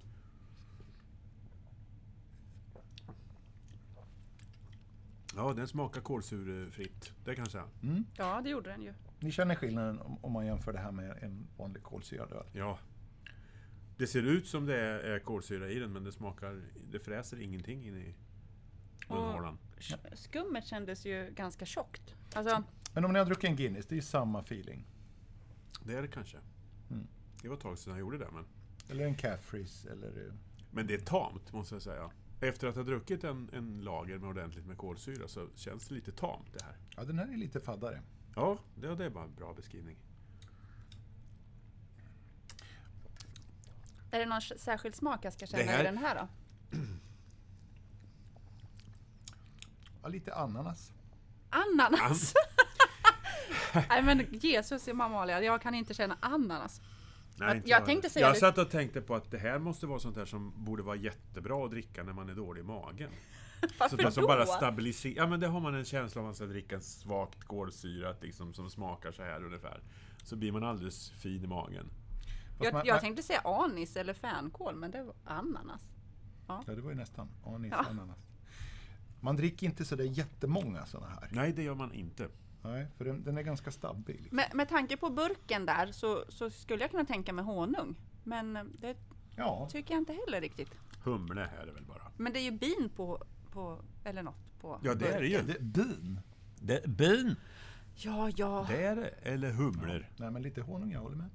D: Ja, den smakar kolsyrefritt. Det kan jag säga.
E: Mm.
C: Ja, det gjorde den ju.
E: Ni känner skillnaden om, om man jämför det här med en vanlig kolsyrad öl.
D: Ja. Det ser ut som det är, är kolsyra i den, men det smakar, det fräser ingenting in i munhålan.
C: Skummet kändes ju ganska tjockt. Alltså,
E: Men om ni har druckit en Guinness, det är ju samma feeling.
D: Det är det kanske.
E: Mm.
D: Det var ett tag sedan jag gjorde det, men...
E: Eller en Caffreys, eller...
D: Men det är tamt, måste jag säga. Efter att ha druckit en, en lager med ordentligt med kolsyra så känns det lite tamt det här.
E: Ja, den här är lite faddare.
D: Ja, det, det är bara en bra beskrivning.
C: är det någon särskild smak jag ska känna
D: Det här-
C: i den här då?
E: Ja, lite ananas.
C: Ananas! Nej men Jesus i Mamalia, jag kan inte känna ananas.
D: Nej,
C: Jag-
D: inte
C: jag
D: jag
C: tänkte
D: heller.
C: säga
D: Jag
C: det-
D: satt och tänkte på att det här måste vara sånt här som borde vara jättebra att dricka när man är dålig i magen.
C: Varför
D: Sånt där som
C: då?
D: bara stabiliserar. Ja, men det har man en känsla av att man ska dricka en svagt kolsyrat liksom, som smakar så här ungefär. Så blir man alldeles fin i magen.
E: Fast
C: Jag,
E: man-
C: jag
E: man-
C: tänkte säga anis eller fänkål, men det var ananas.
E: Ja, det var ju nästan anis,
C: Ja.
E: ananas. Man dricker inte så där jättemånga såna här.
D: Nej, det gör man inte.
E: Nej, för den, den är ganska stabil. Liksom.
C: Med, med tanke på burken där så, så skulle jag kunna tänka mig honung. Men eh, det
E: Ja,
C: tycker jag inte heller riktigt.
D: Humle här är väl bara.
C: Men det är ju bin på, på eller något på
D: Ja, det är det ju.
E: det, bin.
D: Det, bin.
C: Ja, ja.
D: Det är det. Eller humlor.
E: Nej, men lite honung, jag håller med.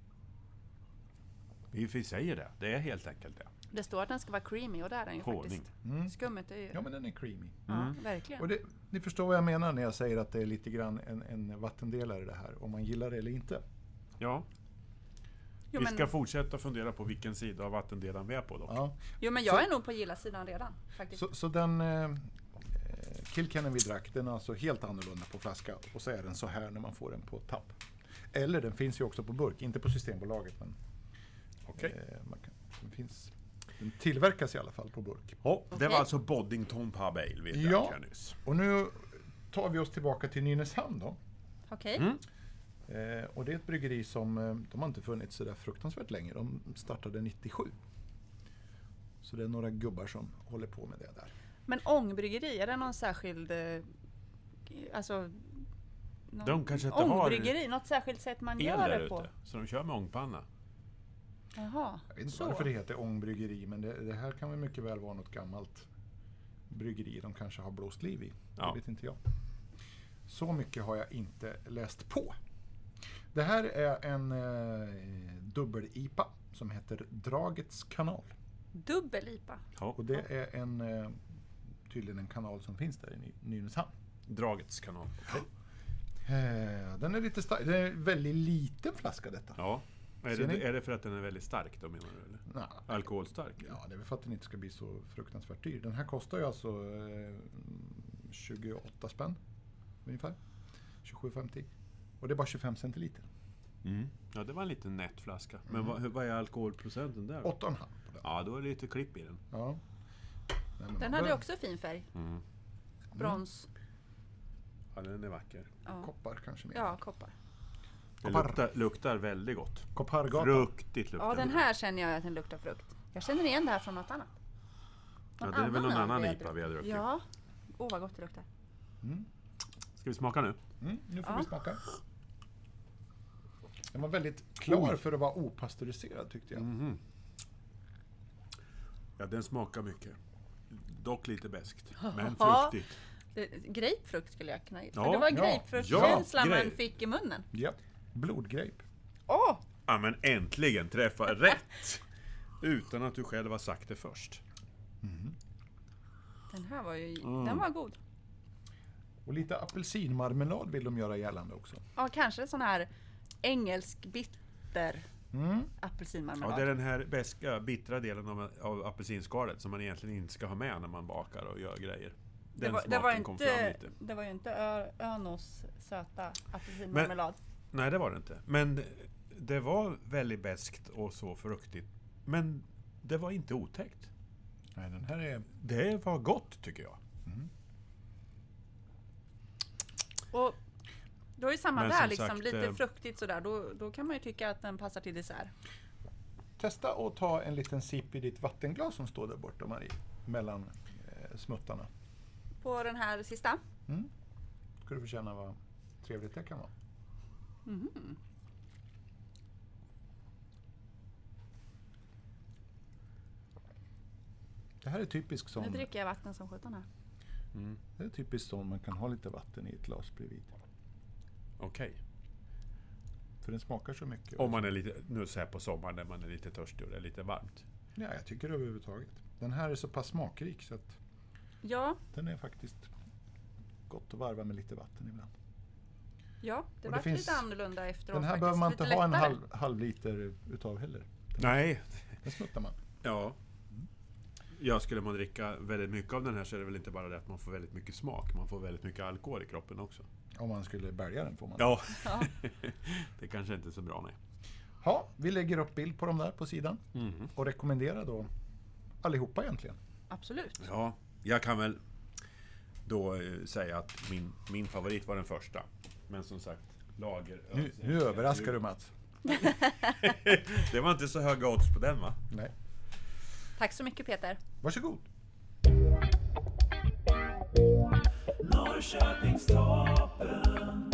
D: Vi vi säger det. Det är helt enkelt det.
C: Det står att den ska vara creamy och det är den ju
D: Honung.
C: faktiskt.
E: Mm.
C: Skummet är ju...
E: Ja, men den är creamy.
C: Ja,
D: Mm.
C: verkligen.
E: Och det, ni förstår vad jag menar när jag säger att det är lite grann en, en vattendelare det här. Om man gillar det eller inte.
D: Ja.
C: jo,
D: Vi
C: men,
D: ska fortsätta fundera på vilken sida av vattendelaren vi är på dock.
E: Ja.
C: jo, men jag är nog på gilla-sidan redan. Faktiskt.
E: Så, så den eh, Kilkennen vi drack, den är alltså helt annorlunda på flaska. Och så är den så här när man får den på tapp. Eller den finns ju också på burk. Inte på Systembolaget, men
D: Okej.
E: eh, man kan, den, finns, den tillverkas i alla fall på burk.
D: Ja, det
C: Okej.
D: var alltså Boddington Pub Ale vi drack
E: Ja.
D: här nyss.
E: Och nu tar vi oss tillbaka till Nynäshamn då.
C: Okej.
D: Mm.
E: Eh, och det är ett bryggeri som, eh, de har inte funnits så där fruktansvärt länge. De startade nittiosju. Så det är några gubbar som håller på med det där.
C: Men ångbryggeri, är det någon särskild... Eh, alltså... Någon,
D: De kanske inte har
C: ångbryggeri, något särskilt sätt man
D: El
C: gör
D: där
C: det på?
D: ute. Så de kör med ångpanna.
C: Jaha,
E: Jag vet inte
C: så.
E: varför det heter ångbryggeri, men det, det här kan väl mycket väl vara något gammalt bryggeri de kanske har blåst liv i.
D: Ja.
E: Det vet inte jag. Så mycket har jag inte läst på. Det här är en eh, dubbel-I P A som heter Dragets kanal.
C: Dubbel-I P A.
D: Ja.
E: Och det är en, eh, tydligen en kanal som finns där i Ny- Nynäshamn.
D: Dragets kanal.
E: Eh, den är lite stark. Det är en väldigt liten flaska detta.
D: Ja. Är
E: Ser ni?
D: det, är det för att den är väldigt stark då menar du? Eller?
E: Nej.
D: Alkoholstark?
E: Ja, det är väl för att den inte ska bli så fruktansvärt dyr. Den här kostar ju alltså eh, tjugoåtta spänn ungefär. tjugosju femtio. Och det är bara tjugofem centiliter.
D: Mm. Ja, det var en liten nätt flaska. Men
E: Mm.
D: vad, hur- vad är alkoholprocenten där? då?
E: åtta komma fem på den.
D: Ja, då är det lite klipp i den.
E: Ja. Nej, men
C: Den
E: man
C: hade
E: bör-
C: också fin färg.
D: Mm.
C: Brons.
D: Ja, den är vacker.
C: Ja,
E: Koppar kanske mer.
C: ja koppar.
D: Det
E: Koppar.
D: luktar, luktar väldigt gott.
E: Koppargata.
D: Fruktigt luktar
C: Ja, den
D: det.
C: här känner jag att den luktar frukt. Jag känner igen det här från något annat.
D: Ja, det är väl någon
C: öl
D: annan
C: vi har
D: I P A vi har druckit.
C: Ja. Åh, vad gott det luktar.
E: Mm.
D: Ska vi smaka nu?
E: Mm, nu får
C: Ja.
E: vi smaka. Den var väldigt klar
D: Oj.
E: för att vara opastöriserad tyckte jag.
D: Mhm. Ja, den smakar mycket. Dock lite beskt. Men
C: Ja.
D: fruktigt.
C: Det, grapefrukt skulle jag kunna gissa.
D: Ja,
C: För det var
E: ja,
C: grapefruktkänslan
D: ja,
C: man
D: grape.
C: fick i munnen.
E: Ja. Blodgrape.
C: Åh!
D: Ja, men äntligen träffa rätt! Utan att du själv har sagt det först.
C: Den här var ju
D: Mm.
C: den var god.
E: Och lite apelsinmarmelad vill de göra gällande också.
C: Ja, kanske sån här engelsk bitter
E: Mm.
C: apelsinmarmelad.
D: Ja, det är den här beska, bittra delen av, av apelsinskalet som man egentligen inte ska ha med när man bakar och gör grejer. Den
C: det, var,
D: smaken
C: det, var
D: kom fram
C: inte,
D: lite.
C: det var ju inte Ö- Önos söta apelsinmarmelad.
D: Nej, det var det inte. Men det var väldigt beskt och så fruktigt. Men det var inte otäckt.
E: Nej, den här är...
D: Det var gott tycker jag.
C: Och då är ju samma
D: Men
C: där,
D: som
C: liksom,
D: sagt,
C: lite
D: eh,
C: fruktigt sådär. Då, då kan man ju tycka att den passar till dessert.
E: Testa att ta en liten sipp i ditt vattenglas som står där borta, Marie. Mellan eh, smuttarna.
C: På den här sista.
E: Mm. Ska du få känna vad trevligt det kan vara.
C: Mm.
E: Det här är typiskt
C: Nu
E: som,
C: dricker jag vatten som sjutton här.
D: Mm.
E: det är typiskt som man kan ha lite vatten i ett glas bredvid.
D: Okej.
E: För den smakar så mycket.
D: Om man är lite, nu så här på sommaren när man är lite törstig och det är lite varmt.
E: Ja, jag tycker det överhuvudtaget. Den här är så pass smakrik så att
C: Ja,
E: den är faktiskt gott att varva med lite vatten ibland.
C: ja det
E: det
C: var
E: finns-
C: lite annorlunda efteråt.
E: Den här
C: faktiskt.
E: behöver man
C: Lite
E: inte ha en
C: lättare.
E: halv, halv liter utav heller.
D: Nej,
E: Den smuttar man.
D: ja. Ja, skulle man dricka väldigt mycket av den här så är det väl inte bara det att man får väldigt mycket smak. Man får väldigt mycket alkohol i kroppen också.
E: Om man skulle bälga den får man.
D: Ja,
C: Ja.
D: det kanske inte är så bra, nej.
E: Ja, vi lägger upp bild på dem där på sidan.
D: Mhm.
E: Och rekommenderar då allihopa egentligen.
C: Absolut.
D: Ja, jag kan väl då eh, säga att min, min favorit var den första. Men som sagt, lager...
E: Nu, nu överraskar du Mats.
D: Det var inte så höga odds på den, va?
E: Nej.
C: Tack så mycket Peter.
E: Varsågod.
A: Norrköpingstoppen.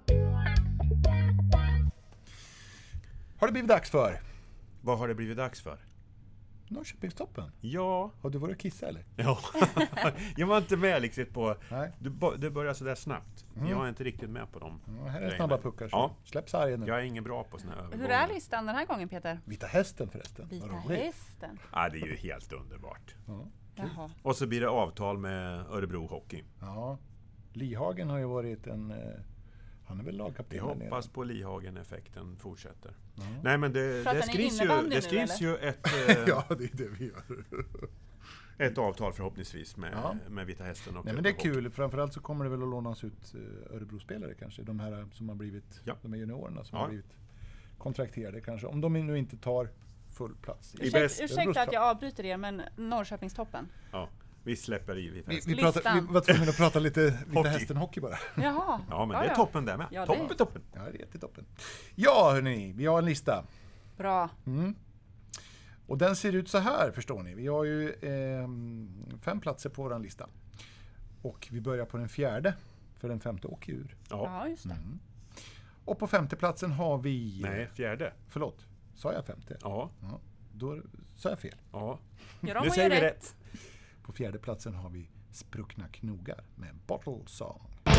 E: Har det blivit dags för
D: Vad har det blivit dags för?
E: Norrköpingstoppen?
D: Ja,
E: Har du varit och kissa eller?
D: ja. Jag var inte med liksom på...
E: Nej.
D: Du, bo- du börjar så där snabbt.
E: Mm.
D: Jag är inte riktigt med på dem.
E: Ja, här är
D: grejerna.
E: snabba puckar. Så
D: Ja.
E: släpp sargen nu.
D: Jag är ingen bra på såna här
C: Hur
D: övergångar.
C: är listan den här gången Peter?
E: Vita hästen förresten.
C: Vita
E: Vad roligt.
C: hästen.
D: Ja, det är ju helt underbart.
E: Ja.
C: Jaha.
D: Och så blir det avtal med Örebro Hockey.
E: Ja. Lihagen har ju varit en... eh, Han är väl
D: Vi
E: lagkapten där nere.
D: hoppas på Lihagen-effekten fortsätter.
E: Ja.
D: Nej, men det,
C: Pratar
D: det
C: ni
D: skrivs ju,
C: innebandy
D: det
C: nu,
D: skrivs
C: eller?
D: ju ett, eh,
E: Ja, det är det vi gör.
D: ett avtal förhoppningsvis med,
E: Ja.
D: med Vita Hästen och
E: Nej, men det är
D: Örebro Hockey.
E: kul. Framförallt så kommer det väl att lånas ut eh, Örebro-spelare kanske. De här som har blivit,
D: Ja.
E: de här juniorerna som
D: Ja.
E: har blivit kontrakterade kanske. Om de nu inte tar full plats.
D: I
C: Ursäkt,
D: bäst-
C: ursäkta att jag avbryter er, men Norrköpingstoppen.
D: Ja, vi släpper i Vita
E: Vi,
D: Hästen.
E: vi, pratar, vi
C: Listan.
E: var tvungna att prata lite Vita
D: Hockey.
E: Hästen-hockey bara.
C: Jaha.
D: Ja, men det är toppen där med.
C: Ja, det-
D: toppen, toppen.
E: Ja, det är jättetoppen. Ja, hörni, vi har en lista.
C: Bra.
E: Mm. Och den ser ut så här, förstår ni. Vi har ju ehm, fem platser på vår lista. Och vi börjar på den fjärde, för den femte åker ur.
D: Ja.
C: Ja, just det.
E: Mm. Och på femte platsen har vi...
D: Nej, fjärde.
E: Förlåt, sa jag femte?
D: Ja,
E: Ja, då sa jag fel.
D: ja.
C: Gör om
D: Nu
C: och
D: säger
C: gör
D: vi
C: rätt.
D: rätt.
E: På fjärde platsen har vi Spruckna knogar med Bottle Song.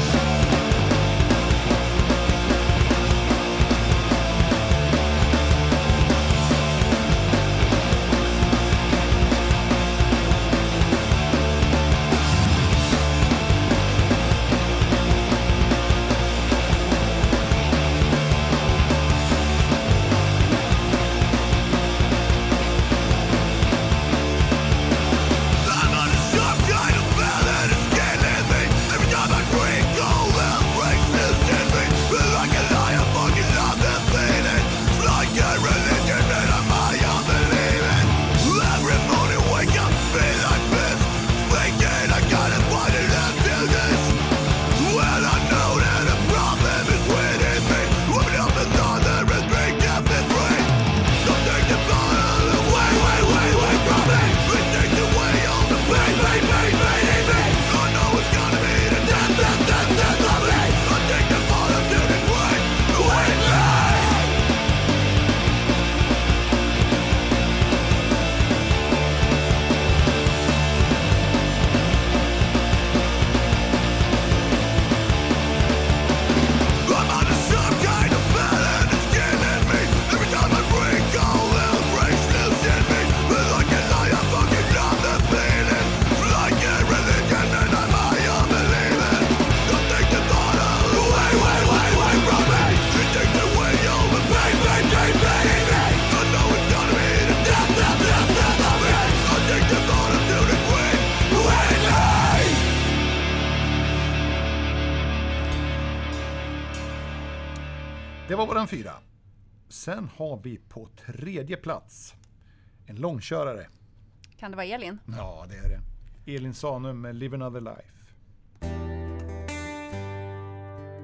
G: I'm on a sharp kind of spell and it's killing me. Every time I drink, all hell breaks loose in me. Feel like a lie, I fucking love the feeling. It's like a religion that I'm high on believing. Every morning wake up, feel like this. Thinking I gotta find it after this. Well, I know that the problem is within me. Open up the door, there is big death and free. Don't take the bottle away, away, away, away from me. It takes away all the pain, pain, pain, pain in me. I know it's gonna be the death, death, death, death of me. I take the bottle to the grave, with me. I'm on a some kind of spell and it's killing me. Every time I drink, all hell breaks loose in me. Feel like a lie, I fucking love the feeling. Like a religion and I'm high on believing. Don't take the bottle away, away, away, away from me. It takes away all the pain, pain, pain, pain in me. I know it's gonna be the death, death, death, death of me. I take the bottle to the grave, with me.
E: Det var våran fyra. Sen har vi på tredje plats en långkörare.
C: Kan det vara Elin?
E: Ja, det är det. Elin Sanum med Live Another Life.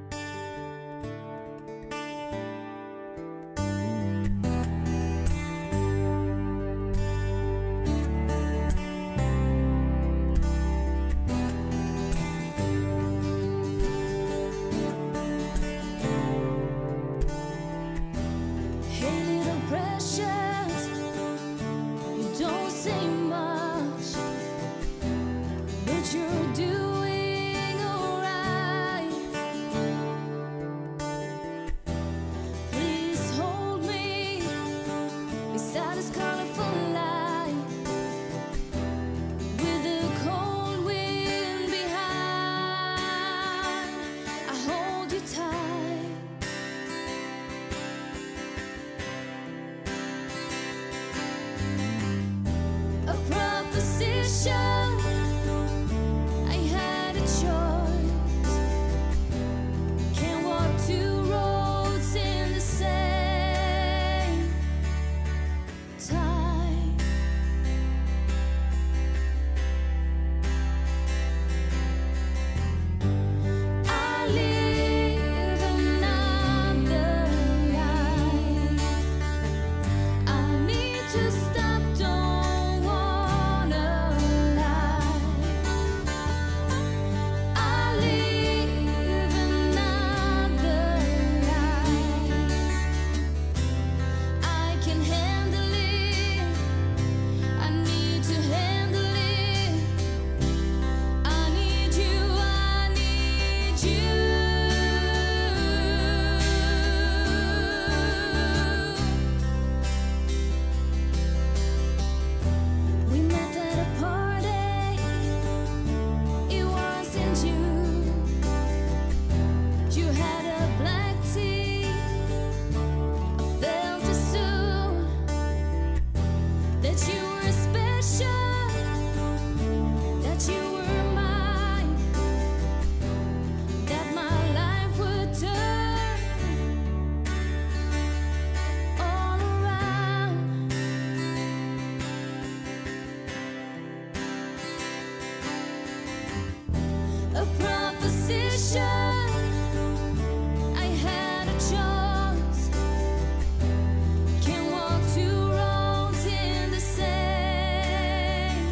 H: a proposition. I had a choice. Can walk two roads in the same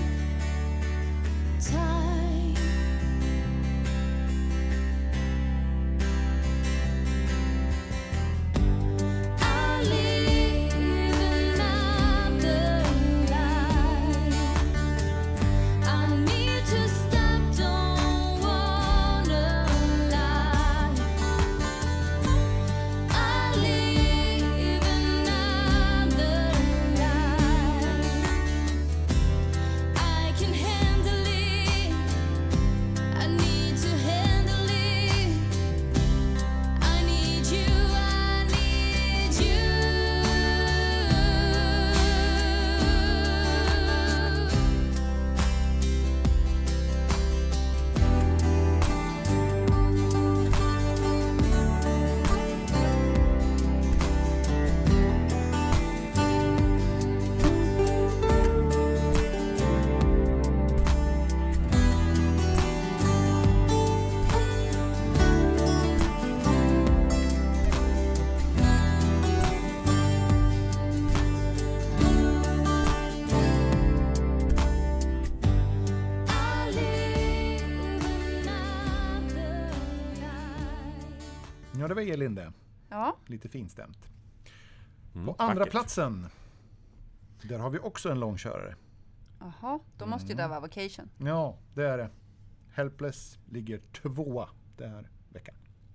H: time. I live another life. I need to stop, don't wanna lie. I live another life. I can handle it. I need to handle it. I need you, I need you. I live another life.
E: Ja, det var Elin det.
C: Ja,
E: Lite finstämt.
D: Mm,
E: På andra
D: vackert.
E: platsen, där har vi också en långkörare.
C: jaha. Då måste ju det vara Vacation.
E: Ja, det är det. Helpless ligger tvåa den här veckan.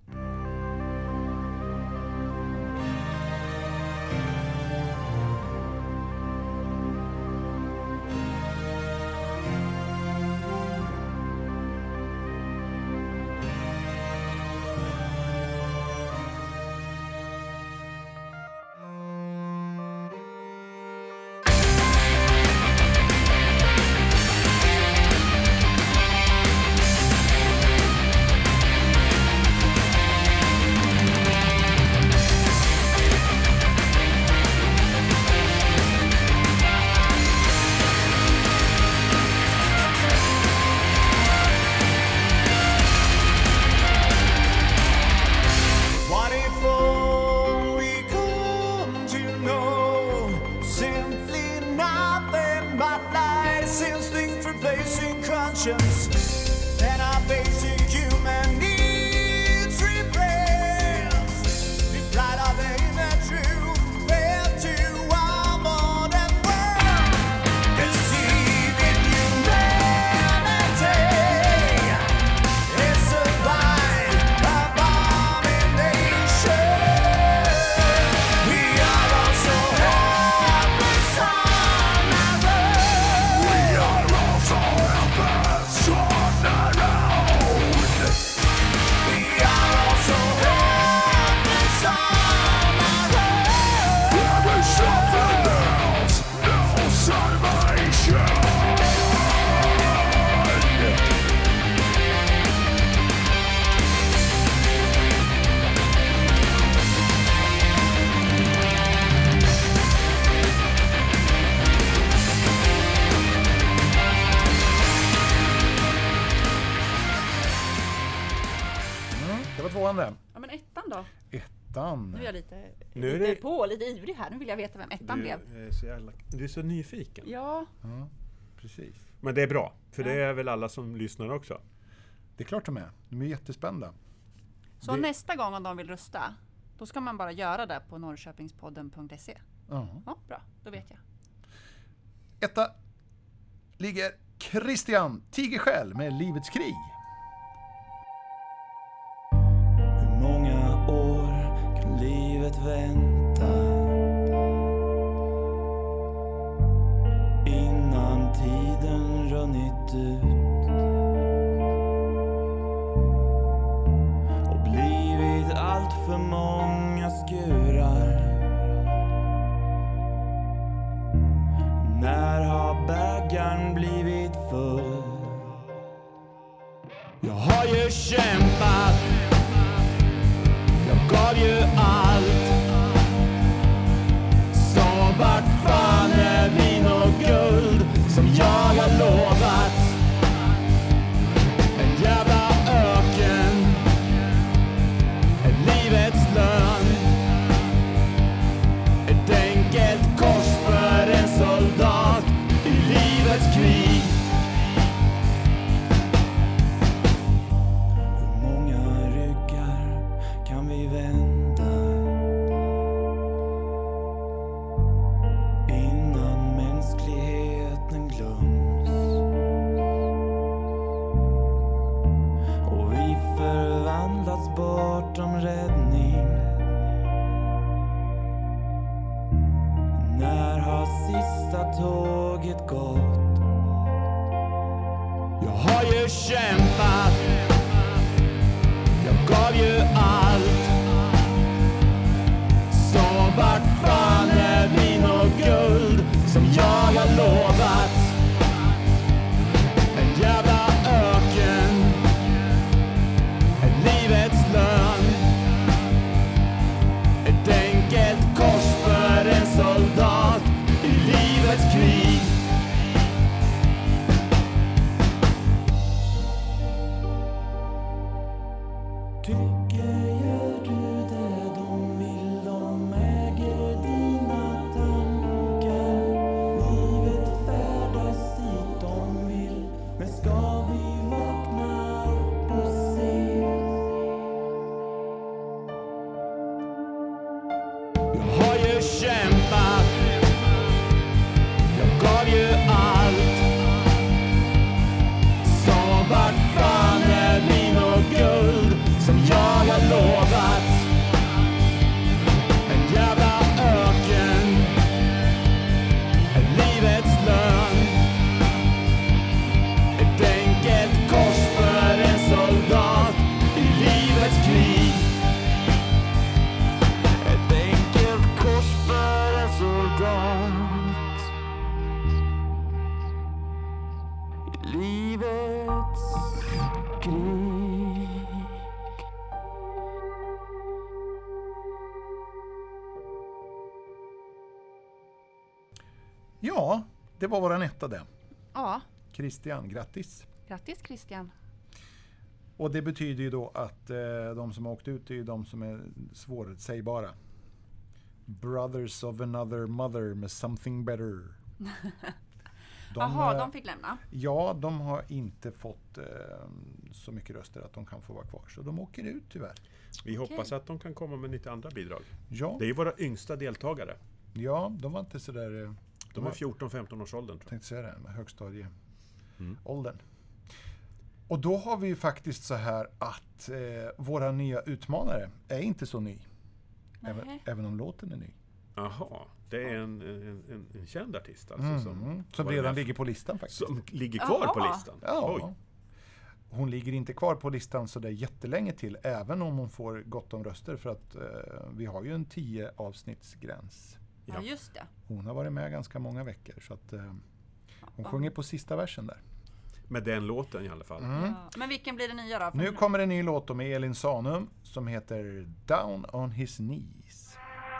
G: What if all we come to know simply nothing but lies, instinct replacing conscience, and our basic human needs repressed? Be brighter than the truth, fair to our modern world, deceiving humanity. It's a vile abomination. We are all so helpless on our own. We are all so helpless on our own. We are all so helpless on our own. There is something else, no salvation.
E: Mm, det var tvåan det.
C: Ja, men ettan då?
E: Ettan.
C: Nu är jag lite,
D: Nu är
C: lite
D: det-
C: på, lite ivrig här. Nu vill jag veta vem ettan
D: Du
C: blev.
D: är, så jävla, du är så nyfiken.
C: Ja,
E: Ja, precis.
D: Men det är bra, för
C: Ja.
D: det är väl alla som lyssnar också.
E: Det är klart de är. De är jättespända.
C: så
E: Det-
C: nästa gång om de vill rösta, då ska man bara göra det på norrköpingspodden punkt se.
E: Ja.
C: Ja, bra. Då vet jag.
E: Etta ligger Christian Tigerskäll med Livets krig.
B: Hur många år kan livet vänta innan tiden runnit ut och blivit allt för många skurar? När har bägaren blivit full? Jag har ju kämpat, jag gav ju allt. Så vart fan är vin och guld som jag har lovat? En jävla
G: kämpat. Jag gav ju allt. Så vart fan är vin och guld som jag har lovat? En jävla öken, ett livets lön, ett enkelt kors för en soldat i livets krig.
B: Tycker gör du det de vill, de äger dina tankar. Livet färdas dit de vill, men ska vi vakna upp och se?
G: Jag har ju kämpat, jag gav ju allt. Så vart fan är vin och guld som jag har lovat? En jävla öken, ett livets lön, ett enkelt kors för en soldat i livets krig. Ett enkelt kors för en soldat i livets krig.
E: Ja, det var våran etta det.
C: Ja,
E: Christian, grattis.
C: grattis Christian.
E: Och det betyder ju då att eh, de som har åkt ut är ju de som är svårsägbara. Brothers of another mother med something better. De,
C: Jaha,
E: eh,
C: de fick lämna.
E: Ja, de har inte fått eh, så mycket röster att de kan få vara kvar. Så de åker ut tyvärr.
D: Vi hoppas att de kan komma med lite andra bidrag.
E: Ja,
D: Det är ju våra yngsta deltagare.
E: ja de var inte så där... Eh,
D: De är fjorton femton års åldern, tror jag.
E: tänkte säga det, med högstadieåldern.
D: Mm.
E: Och då har vi ju faktiskt så här att eh, våra nya utmanare är inte så ny. Även,
C: Nej.
E: även om låten är ny.
D: Jaha, det är en, en, en, en känd artist alltså som,
E: Mm, som
D: var
E: redan
D: med-
E: ligger på listan faktiskt.
D: som ligger kvar på
C: Jaha.
D: listan.
E: Ja.
D: Oj.
E: Hon ligger inte kvar på listan så där jättelänge till, även om hon får gott om röster, för att eh, vi har ju en tio avsnittsgräns.
C: Ja,
D: Ja.
C: just det.
E: Hon har varit med ganska många veckor, så att eh, hon sjunger på sista versen där.
D: Med den låten i alla fall.
E: Mm.
C: Ja. Men vilken blir det nya då? För
E: Nu kommer en ny låt med Elin Sanum som heter Down on his knees.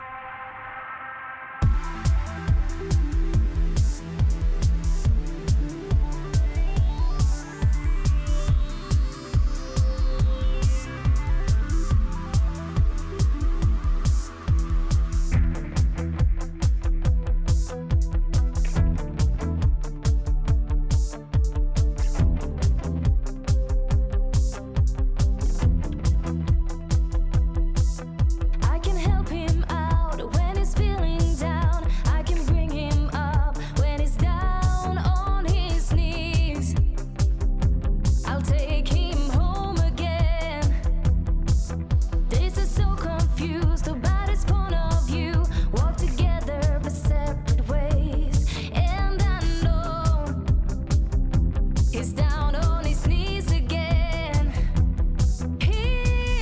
H: I can help him out when he's feeling down. I can bring him up when he's down on his knees. I'll take him home again. This is so confused about his point of view. Walk together but separate ways. And I know he's down on his knees again. He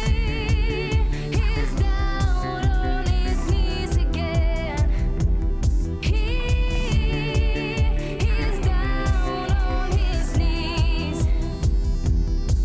H: He's down on his knees again. He is down on his knees.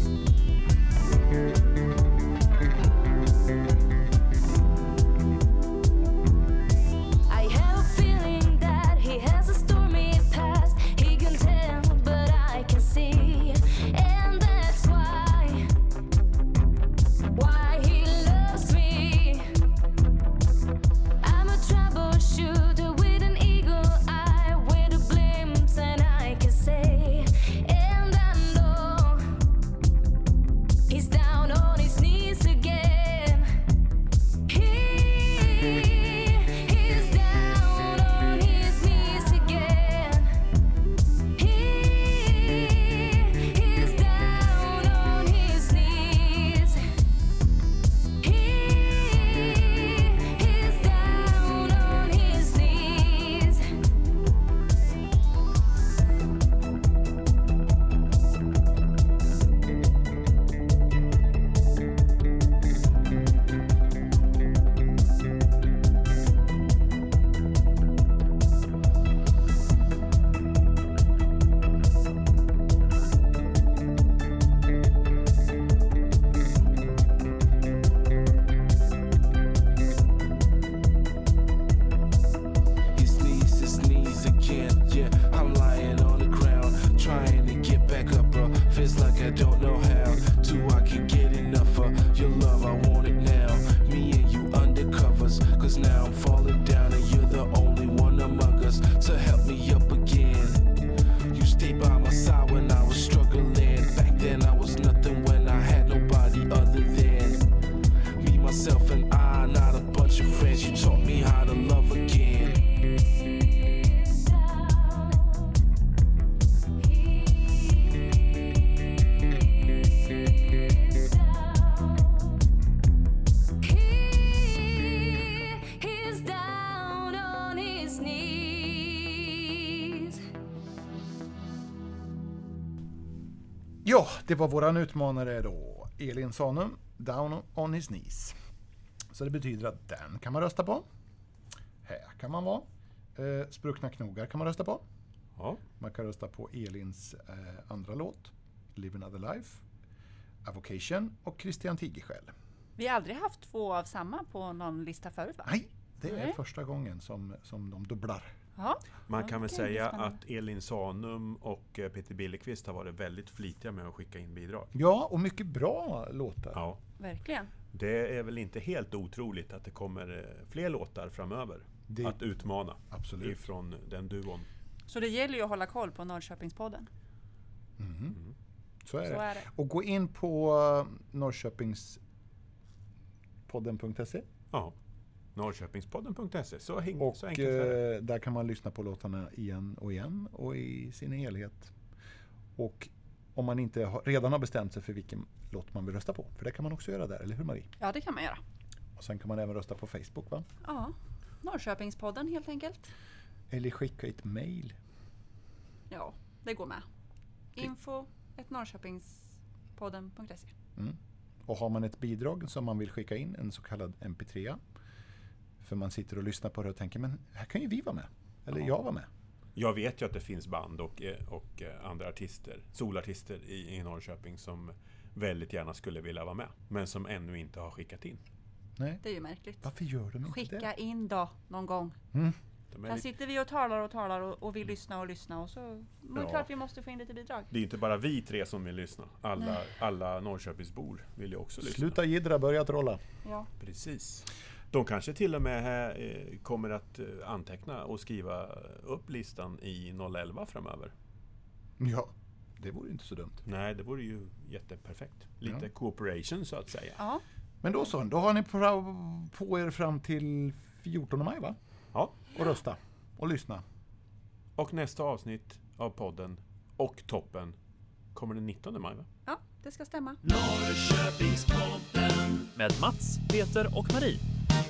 I: I don't know how to I can get enough of your love. I want it now. Me and you undercovers, cause now I'm falling down and you're the only one among us to help me up again. You stayed by my side when I was struggling. Back then I was nothing when I had nobody other than me, myself and I, not a bunch of friends. You taught me how to love again.
H: He's down on his knees.
E: Ja, det var våran utmanare då. Elin Sanum, Down on his knees. Så det betyder att den kan man rösta på. Här kan man vara. Eh, Spruckna knogar kan man rösta på.
D: Ja.
E: Man kan rösta på Elins eh, andra låt, Live Another Life, Avocation och Christian Tigerskäll.
C: Vi har aldrig haft två av samma på någon lista förut, va?
E: Nej, det är
C: Nej.
E: första gången som, som de dubblar.
C: Ja.
D: Man kan väl
C: Okej, det är
D: säga
C: spännande.
D: att Elin Sanum och eh, Peter Billekvist har varit väldigt flitiga med att skicka in bidrag.
E: Ja, och mycket bra låtar.
D: Ja.
C: Verkligen.
D: Det är väl inte helt otroligt att det kommer eh, fler låtar framöver
E: Det-
D: att utmana
E: Absolut.
D: ifrån den duon.
C: Så det gäller ju att hålla koll på Norrköpingspodden.
E: Mhm. Så är
C: Så
E: det.
C: är det.
E: Och gå in på uh, norrköpingspodden punkt se
D: Ja. Norrköpingspodden punkt se. Så, häng,
E: och
D: så enkelt är det.
E: eh, där kan man lyssna på låtarna igen och igen och i sin helhet. Och om man inte har, redan har bestämt sig för vilken låt man vill rösta på, för det kan man också göra där, eller hur Marie?
C: Ja, det kan man göra.
E: Och sen kan man även rösta på Facebook, va?
C: Ja, Norrköpingspodden helt enkelt.
E: Eller skicka ett mejl.
C: Ja, det går med. Info ett norrköpingspodden punkt se.
E: Mm. Och har man ett bidrag som man vill skicka in, en så kallad M P tre, för man sitter och lyssnar på det och tänker, men här kan ju vi vara med. Eller jag vara med.
D: Jag vet ju att det finns band och, eh, och eh, andra artister, solartister i, i Norrköping som väldigt gärna skulle vilja vara med. Men som ännu inte har skickat in.
E: Nej,
C: Det är ju märkligt.
E: varför gör de inte
C: Skicka
E: det?
C: in då, någon gång.
E: Mm.
D: De är
C: Här
D: lite,
C: sitter vi och talar och talar och, och vill lyssna och lyssna och så men det är
D: Ja.
C: klart vi måste få in lite bidrag.
D: det är ju inte bara vi tre som vill lyssna. Alla,
C: Nej.
D: alla Norrköpingsbor vill ju också lyssna.
E: Sluta jiddra, börja trolla.
C: Ja.
D: Precis. De kanske till och med här, eh, kommer att eh, anteckna och skriva upp listan i noll elva framöver.
E: Ja, det vore inte så dumt.
D: Nej, det vore ju jätteperfekt. Lite
E: Ja.
D: cooperation så att säga.
C: Ja,
E: Men då så, då har ni på, på er fram till fjortonde maj, va?
D: Ja.
E: Och rösta. Och lyssna.
D: Och nästa avsnitt av podden och toppen kommer den nittonde maj, va?
C: ja, det ska stämma.
A: Norrköpingspodden.
F: Med Mats, Peter och Marie.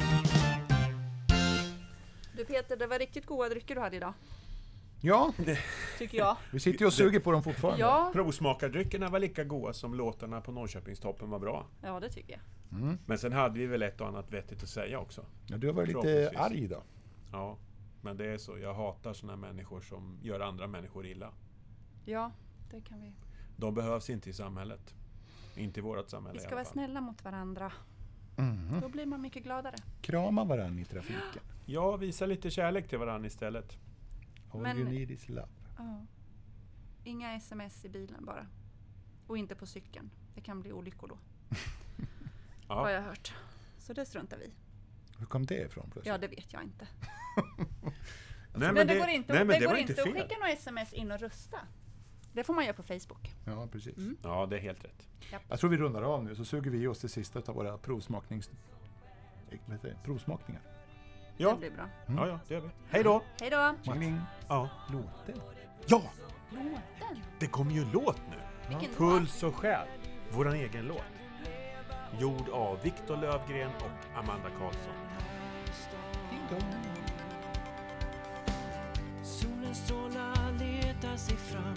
C: Du Peter, det var riktigt goda drycker du hade idag,
E: Ja,
C: tycker jag.
E: vi sitter ju och suger på dem fortfarande.
C: Ja,
D: Provsmakardryckerna var lika goda som låtarna på Norrköpingstoppen var bra.
C: ja det tycker jag.
E: Mm.
D: Men sen hade vi väl ett och annat vettigt att säga också.
E: Ja, du har varit lite
D: Förhoppningsvis.
E: arg idag.
D: Ja, men det är så. Jag hatar såna människor som gör andra människor illa.
C: Ja, det kan vi.
D: De behövs inte i samhället. Inte i vårt samhälle
C: Vi
D: i
C: ska
D: alla
C: vara
D: fall.
C: snälla mot varandra.
E: Mhm.
C: Då blir man mycket gladare.
E: Krama varandra i trafiken.
D: Ja, visa lite kärlek till varandra istället.
E: All
C: Men-
E: you need is love.
C: Ja. Inga sms i bilen bara. Och inte på cykeln. Det kan bli olyckor då, har
D: Ja,
C: jag hört. Så det struntar vi.
E: Hur kom det ifrån plötsligt?
C: Ja, det vet jag inte.
D: nej,
C: Men, det, går inte,
D: nej, men
C: det
D: det
C: går
D: var
C: inte
D: inte
C: att
D: fel.
C: skicka några sms in och rösta. Det får man göra på Facebook.
E: Ja, precis.
C: Mm.
D: Ja, det är helt rätt.
E: Jag tror vi rundar av nu, så suger vi oss till sista av våra provsmaknings... vad heter det? Provsmakningar.
D: Ja,
C: Det blir bra.
E: Mm.
D: ja, ja, det gör vi. Hej då!
C: Hej då!
E: Tjingeling.
D: Ja.
E: Låten.
D: ja,
C: Låten.
D: det kommer ju en låt nu.
C: Vilken låt?
D: Puls och själ. Våran egen låt. Gjord av Viktor Lövgren och Amanda Karlsson.
E: Ding dong.
B: Solens strålar letar sig fram